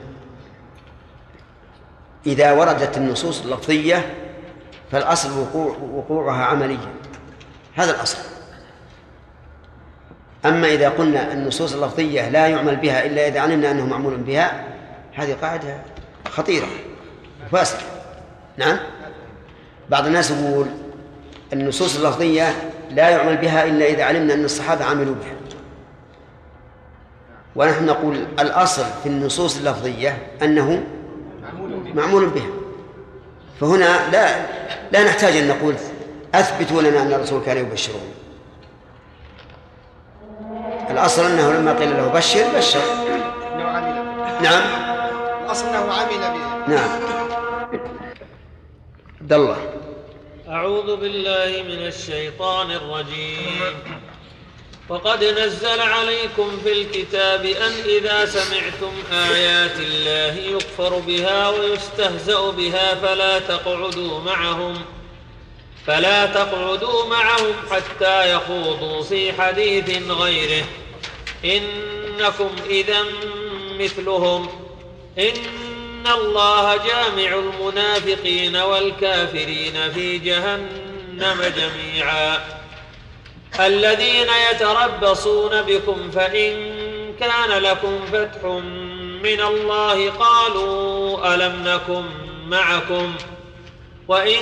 إذا وردت النصوص اللفظية فالأصل وقوعها عمليا، هذا الأصل. أما إذا قلنا النصوص اللفظية لا يعمل بها إلا إذا علمنا أنه معمول بها، هذه قاعدة خطيرة وفاسدة. نعم. بعض الناس يقول النصوص اللفظية لا يعمل بها إلا إذا علمنا أن الصحابة عملوا بها، ونحن نقول الأصل في النصوص اللفظية أنه معمول بها. فهنا لا نحتاج أن نقول أثبتوا لنا أن الرسول كان يبشرون. الأصل أنه لما قيل له بشر بشر. نعم الأصل أنه عمل به. نعم. عبد الله. أعوذ بالله من الشيطان الرجيم. وقد نزل عليكم في الكتاب أن إذا سمعتم آيات الله يكفر بها ويستهزأ بها فلا تقعدوا معهم حتى يخوضوا في حديث غيره إنكم إذا مثلهم إن الله جامع المنافقين والكافرين في جهنم جميعا. الذين يتربصون بكم فإن كان لكم فتح من الله قالوا ألم نكن معكم وإن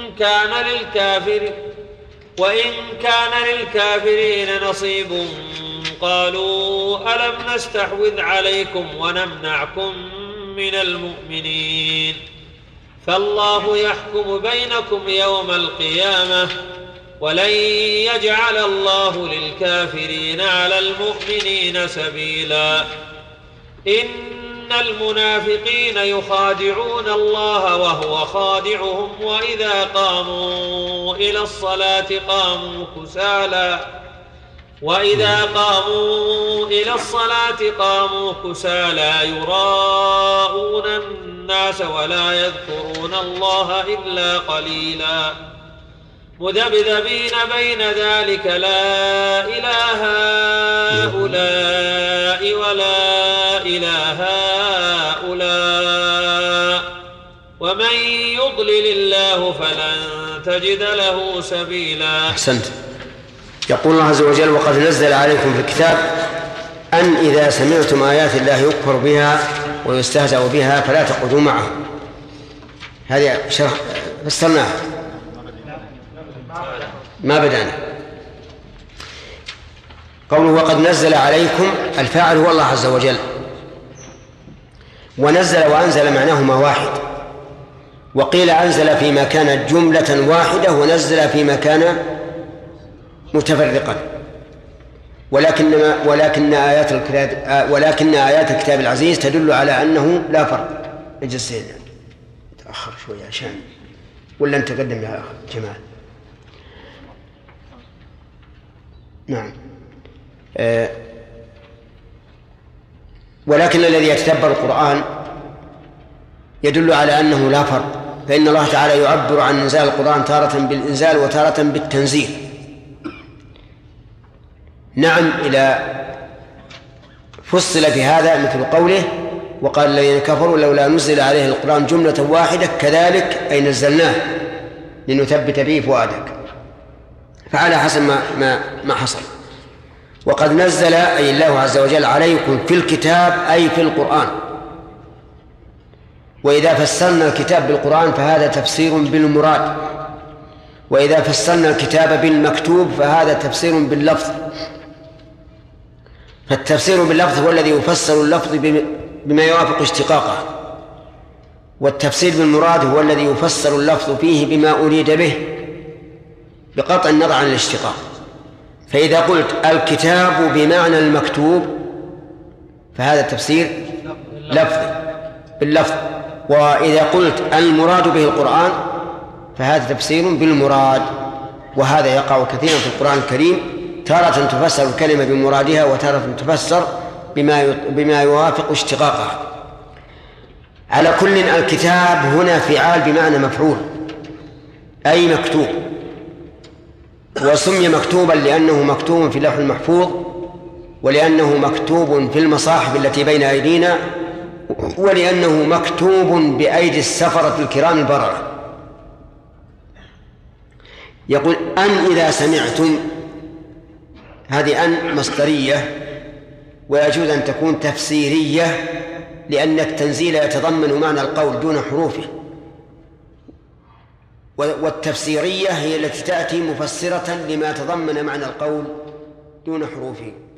كان للكافرين نصيب قالوا ألم نستحوذ عليكم ونمنعكم من المؤمنين فالله يحكم بينكم يوم القيامة ولن يجعل الله للكافرين على المؤمنين سبيلا. إن المنافقين يخادعون الله وهو خادعهم وإذا قاموا إلى الصلاة قاموا كسالى يراءون الناس ولا يذكرون الله إلا قليلا مذبذبين بين ذلك لا إله هؤلاء ولا إله هؤلاء ومن يضلل الله فلن تجد له سبيلا. أحسنت. يقول الله عز وجل وقد نزل عليكم في الكتاب أن إذا سمعتم آيات الله يكفر بها ويستهزأ بها فلا تقعدوا معه. هذه شرح فسرناه ما بدأنا. قوله وقد نزل عليكم الفاعل هو الله عز وجل ونزل وأنزل معناهما واحد وقيل أنزل فيما كانت جملة واحدة ونزل فيما كان متفرقا ولكن آيات الكتاب العزيز تدل على أنه لا فرق. اجلس تأخر شوية عشان ولا أنت تقدم يا جمال. نعم. ولكن الذي يتدبر القرآن يدل على أنه لا فرق فإن الله تعالى يعبر عن إنزال القرآن تارة بالإنزال وتارة بالتنزيل. نعم إلى فصل في هذا مثل قوله وقال الذين كفروا لولا نزل عليه القرآن جملة واحدة كذلك أي نزلناه لنثبت به فؤادك فعلى حسب ما حصل. وقد نزل أي الله عز وجل عليكم في الكتاب أي في القرآن. وإذا فسرنا الكتاب بالقرآن فهذا تفسير بالمراد وإذا فسرنا الكتاب بالمكتوب فهذا تفسير باللفظ. فالتفسير باللفظ هو الذي يفسر اللفظ بما يوافق اشتقاقه والتفسير بالمراد هو الذي يفسر اللفظ فيه بما أريد به بقطع النظر عن الاشتقاق. فإذا قلت الكتاب بمعنى المكتوب فهذا تفسير لفظي باللفظ وإذا قلت المراد به القرآن فهذا تفسير بالمراد. وهذا يقع كثيرا في القرآن الكريم تارة تفسر الكلمة بمرادها وتارة تفسر بما يوافق اشتقاقها. على كل الكتاب هنا فعال بمعنى مفعول أي مكتوب وسمي مكتوبا لأنه مكتوب في اللوح المحفوظ ولأنه مكتوب في المصاحف التي بين أيدينا ولأنه مكتوب بأيدي السفرة الكرام البررة. يقول أن إذا سمعتم هذه أن مصدرية ويجوز أن تكون تفسيرية لأن التنزيل يتضمن معنى القول دون حروفه والتفسيرية هي التي تأتي مفسرة لما تضمن معنى القول دون حروفه.